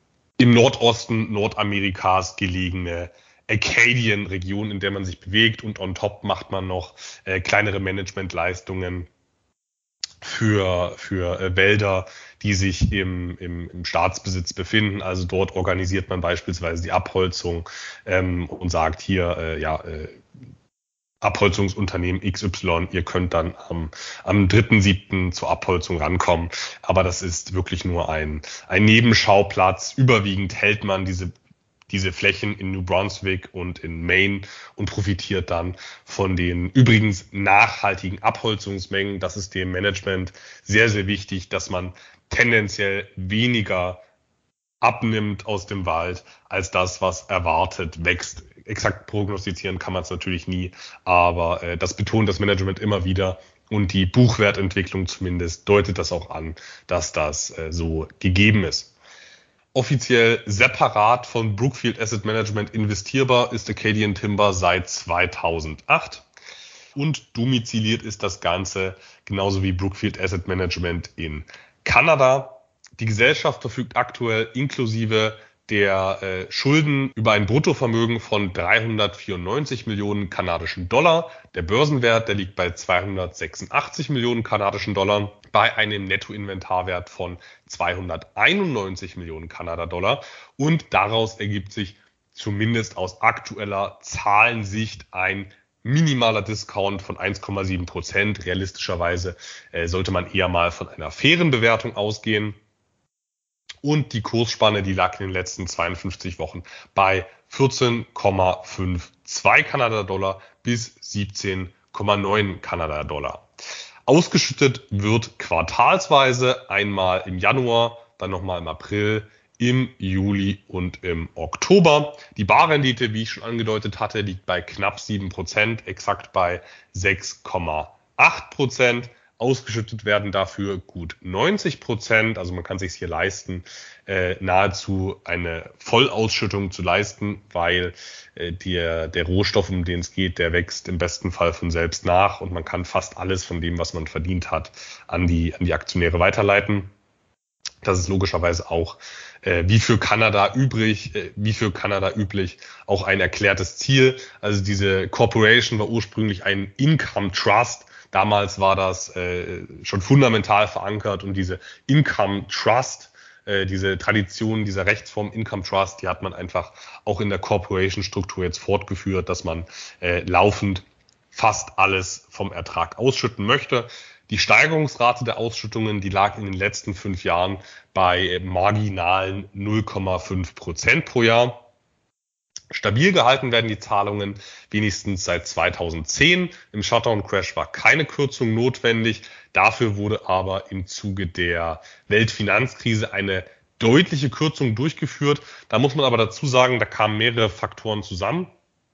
[SPEAKER 2] im Nordosten Nordamerikas gelegene Acadian-Region, in der man sich bewegt und on top macht man noch äh, kleinere Managementleistungen für, für äh, Wälder, die sich im, im, im Staatsbesitz befinden. Also dort organisiert man beispielsweise die Abholzung ähm, und sagt hier, äh, ja, äh, Abholzungsunternehmen X Y, ihr könnt dann am, am dritten siebten zur Abholzung rankommen. Aber das ist wirklich nur ein, ein Nebenschauplatz. Überwiegend hält man diese diese Flächen in New Brunswick und in Maine und profitiert dann von den übrigens nachhaltigen Abholzungsmengen. Das ist dem Management sehr, sehr wichtig, dass man tendenziell weniger abnimmt aus dem Wald als das, was erwartet wächst. Exakt prognostizieren kann man es natürlich nie, aber äh, das betont das Management immer wieder und die Buchwertentwicklung zumindest deutet das auch an, dass das äh, so gegeben ist. Offiziell separat von Brookfield Asset Management investierbar ist Acadian Timber seit zweitausendacht und domiziliert ist das Ganze genauso wie Brookfield Asset Management in Kanada. Die Gesellschaft verfügt aktuell inklusive der äh, Schulden über ein Bruttovermögen von dreihundertvierundneunzig Millionen kanadischen Dollar. Der Börsenwert, der liegt bei zweihundertsechsundachtzig Millionen kanadischen Dollar, bei einem Nettoinventarwert von zweihunderteinundneunzig Millionen Kanada-Dollar. Und daraus ergibt sich zumindest aus aktueller Zahlensicht ein minimaler Discount von eins Komma sieben Prozent. Realistischerweise äh, sollte man eher mal von einer fairen Bewertung ausgehen. Und die Kursspanne, die lag in den letzten zweiundfünfzig Wochen bei vierzehn Komma zweiundfünfzig Kanada-Dollar bis siebzehn Komma neun Kanada-Dollar. Ausgeschüttet wird quartalsweise einmal im Januar, dann nochmal im April, im Juli und im Oktober. Die Barrendite, wie ich schon angedeutet hatte, liegt bei knapp sieben Prozent, exakt bei sechs Komma acht Prozent. Ausgeschüttet werden dafür gut neunzig Prozent, also man kann sich hier leisten, äh, nahezu eine Vollausschüttung zu leisten, weil äh, der, der Rohstoff, um den es geht, der wächst im besten Fall von selbst nach und man kann fast alles von dem, was man verdient hat, an die, an die Aktionäre weiterleiten. Das ist logischerweise auch, äh, wie für Kanada übrig, äh, wie für Kanada üblich, auch ein erklärtes Ziel. Also diese Corporation war ursprünglich ein Income Trust. Damals war das äh, schon fundamental verankert und diese Income Trust, äh, diese Tradition dieser Rechtsform Income Trust, die hat man einfach auch in der Corporation-Struktur jetzt fortgeführt, dass man äh, laufend fast alles vom Ertrag ausschütten möchte. Die Steigerungsrate der Ausschüttungen, die lag in den letzten fünf Jahren bei marginalen null Komma fünf Prozent pro Jahr. Stabil gehalten werden die Zahlungen wenigstens seit zweitausendzehn. Im Shutdown-Crash war keine Kürzung notwendig. Dafür wurde aber im Zuge der Weltfinanzkrise eine deutliche Kürzung durchgeführt. Da muss man aber dazu sagen, da kamen mehrere Faktoren zusammen.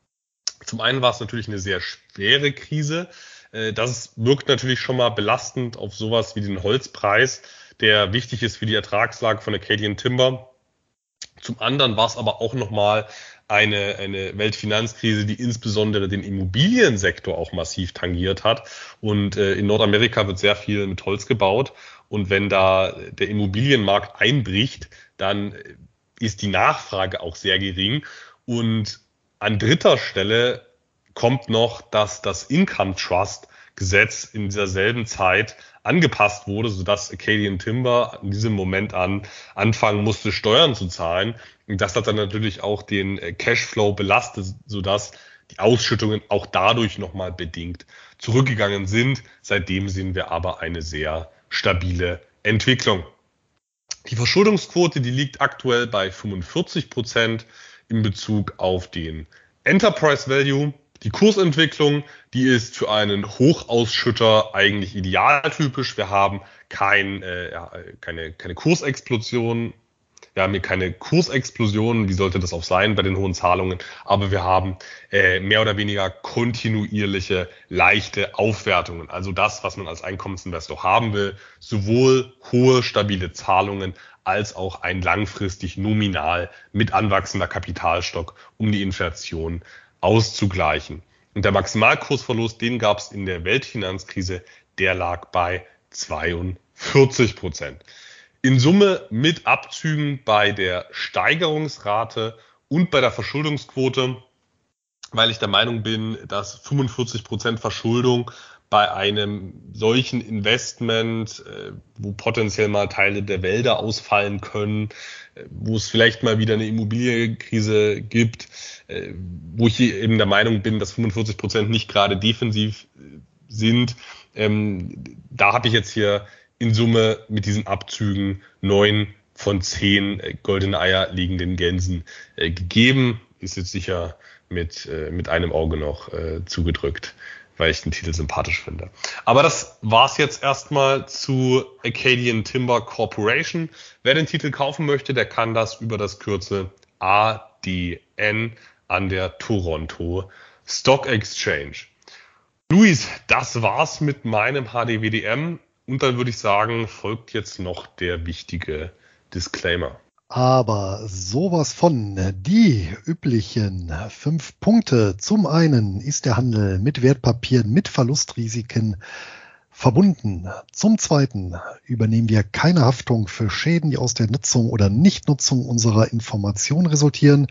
[SPEAKER 2] Zum einen war es natürlich eine sehr schwere Krise. Das wirkt natürlich schon mal belastend auf sowas wie den Holzpreis, der wichtig ist für die Ertragslage von Acadian Timber. Zum anderen war es aber auch nochmal eine, eine Weltfinanzkrise, die insbesondere den Immobiliensektor auch massiv tangiert hat. Und äh, in Nordamerika wird sehr viel mit Holz gebaut. Und wenn da der Immobilienmarkt einbricht, dann ist die Nachfrage auch sehr gering. Und an dritter Stelle kommt noch, dass das Income Trust Gesetz in dieser selben Zeit angepasst wurde, sodass Acadian Timber in diesem Moment an anfangen musste, Steuern zu zahlen. Und das hat dann natürlich auch den Cashflow belastet, sodass die Ausschüttungen auch dadurch nochmal bedingt zurückgegangen sind. Seitdem sehen wir aber eine sehr stabile Entwicklung. Die Verschuldungsquote, die liegt aktuell bei fünfundvierzig Prozent in Bezug auf den Enterprise Value. Die Kursentwicklung, die ist für einen Hochausschütter eigentlich idealtypisch. Wir haben kein, äh, ja, keine, keine Kursexplosion. Wir haben hier keine Kursexplosion. Wie sollte das auch sein bei den hohen Zahlungen? Aber wir haben äh, mehr oder weniger kontinuierliche, leichte Aufwertungen. Also das, was man als Einkommensinvestor haben will. Sowohl hohe, stabile Zahlungen als auch ein langfristig nominal mit anwachsender Kapitalstock, um die Inflation auszugleichen. Und der Maximalkursverlust, den gab es in der Weltfinanzkrise, der lag bei zweiundvierzig Prozent. In Summe mit Abzügen bei der Steigerungsrate und bei der Verschuldungsquote, weil ich der Meinung bin, dass fünfundvierzig Prozent Verschuldung bei einem solchen Investment, äh, wo potenziell mal Teile der Wälder ausfallen können, äh, wo es vielleicht mal wieder eine Immobilienkrise gibt, äh, wo ich eben der Meinung bin, dass fünfundvierzig Prozent nicht gerade defensiv äh, sind. Ähm, da habe ich jetzt hier in Summe mit diesen Abzügen neun von zehn äh, goldene Eier liegenden Gänsen äh, gegeben. Ist jetzt sicher mit, äh, mit einem Auge noch äh, zugedrückt, weil ich den Titel sympathisch finde. Aber das war's jetzt erstmal zu Acadian Timber Corporation. Wer den Titel kaufen möchte, der kann das über das Kürzel A D N an der Toronto Stock Exchange. Luis, das war's mit meinem H D W D M. Und dann würde ich sagen, folgt jetzt noch der wichtige Disclaimer.
[SPEAKER 3] Aber sowas von. Die üblichen fünf Punkte. Zum einen ist der Handel mit Wertpapieren mit Verlustrisiken verbunden. Zum zweiten übernehmen wir keine Haftung für Schäden, die aus der Nutzung oder Nichtnutzung unserer Informationen resultieren.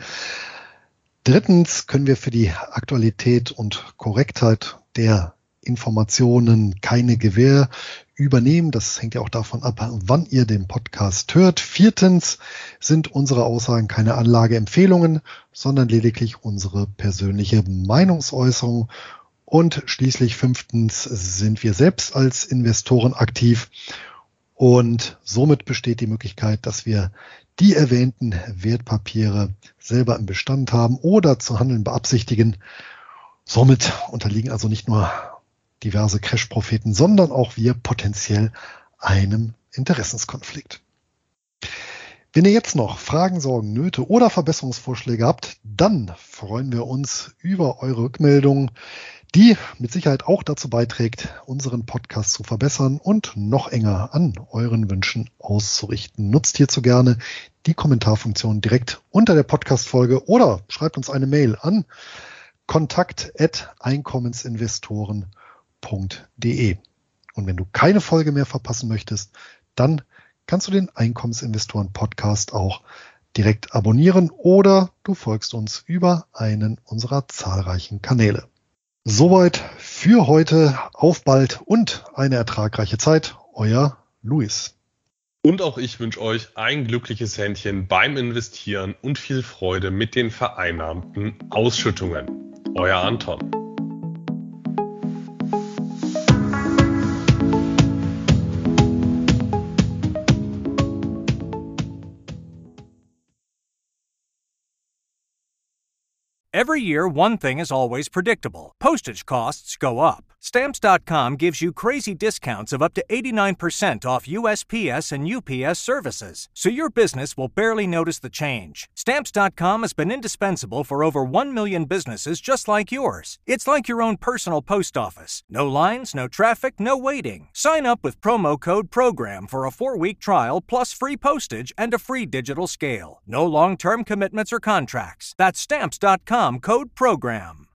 [SPEAKER 3] Drittens können wir für die Aktualität und Korrektheit der Informationen keine Gewähr übernehmen. Das hängt ja auch davon ab, wann ihr den Podcast hört. Viertens sind unsere Aussagen keine Anlageempfehlungen, sondern lediglich unsere persönliche Meinungsäußerung. Und schließlich fünftens sind wir selbst als Investoren aktiv und somit besteht die Möglichkeit, dass wir die erwähnten Wertpapiere selber im Bestand haben oder zu handeln beabsichtigen. Somit unterliegen also nicht nur diverse Crash-Propheten, sondern auch wir potenziell einem Interessenskonflikt. Wenn ihr jetzt noch Fragen, Sorgen, Nöte oder Verbesserungsvorschläge habt, dann freuen wir uns über eure Rückmeldungen, die mit Sicherheit auch dazu beiträgt, unseren Podcast zu verbessern und noch enger an euren Wünschen auszurichten. Nutzt hierzu gerne die Kommentarfunktion direkt unter der Podcast-Folge oder schreibt uns eine Mail an kontakt at einkommensinvestoren punkt de. Und wenn du keine Folge mehr verpassen möchtest, dann kannst du den Einkommensinvestoren-Podcast auch direkt abonnieren oder du folgst uns über einen unserer zahlreichen Kanäle. Soweit für heute. Auf bald und eine ertragreiche Zeit. Euer Luis.
[SPEAKER 2] Und auch ich wünsche euch ein glückliches Händchen beim Investieren und viel Freude mit den vereinnahmten Ausschüttungen. Euer Anton.
[SPEAKER 1] Every year, one thing is always predictable. Postage costs go up. Stamps dot com gives you crazy discounts of up to eighty-nine percent off U S P S and U P S services, so your business will barely notice the change. Stamps dot com has been indispensable for over one million businesses just like yours. It's like your own personal post office. No lines, no traffic, no waiting. Sign up with promo code PROGRAM for a four-week trial plus free postage and a free digital scale. No long-term commitments or contracts. That's Stamps dot com, code PROGRAM.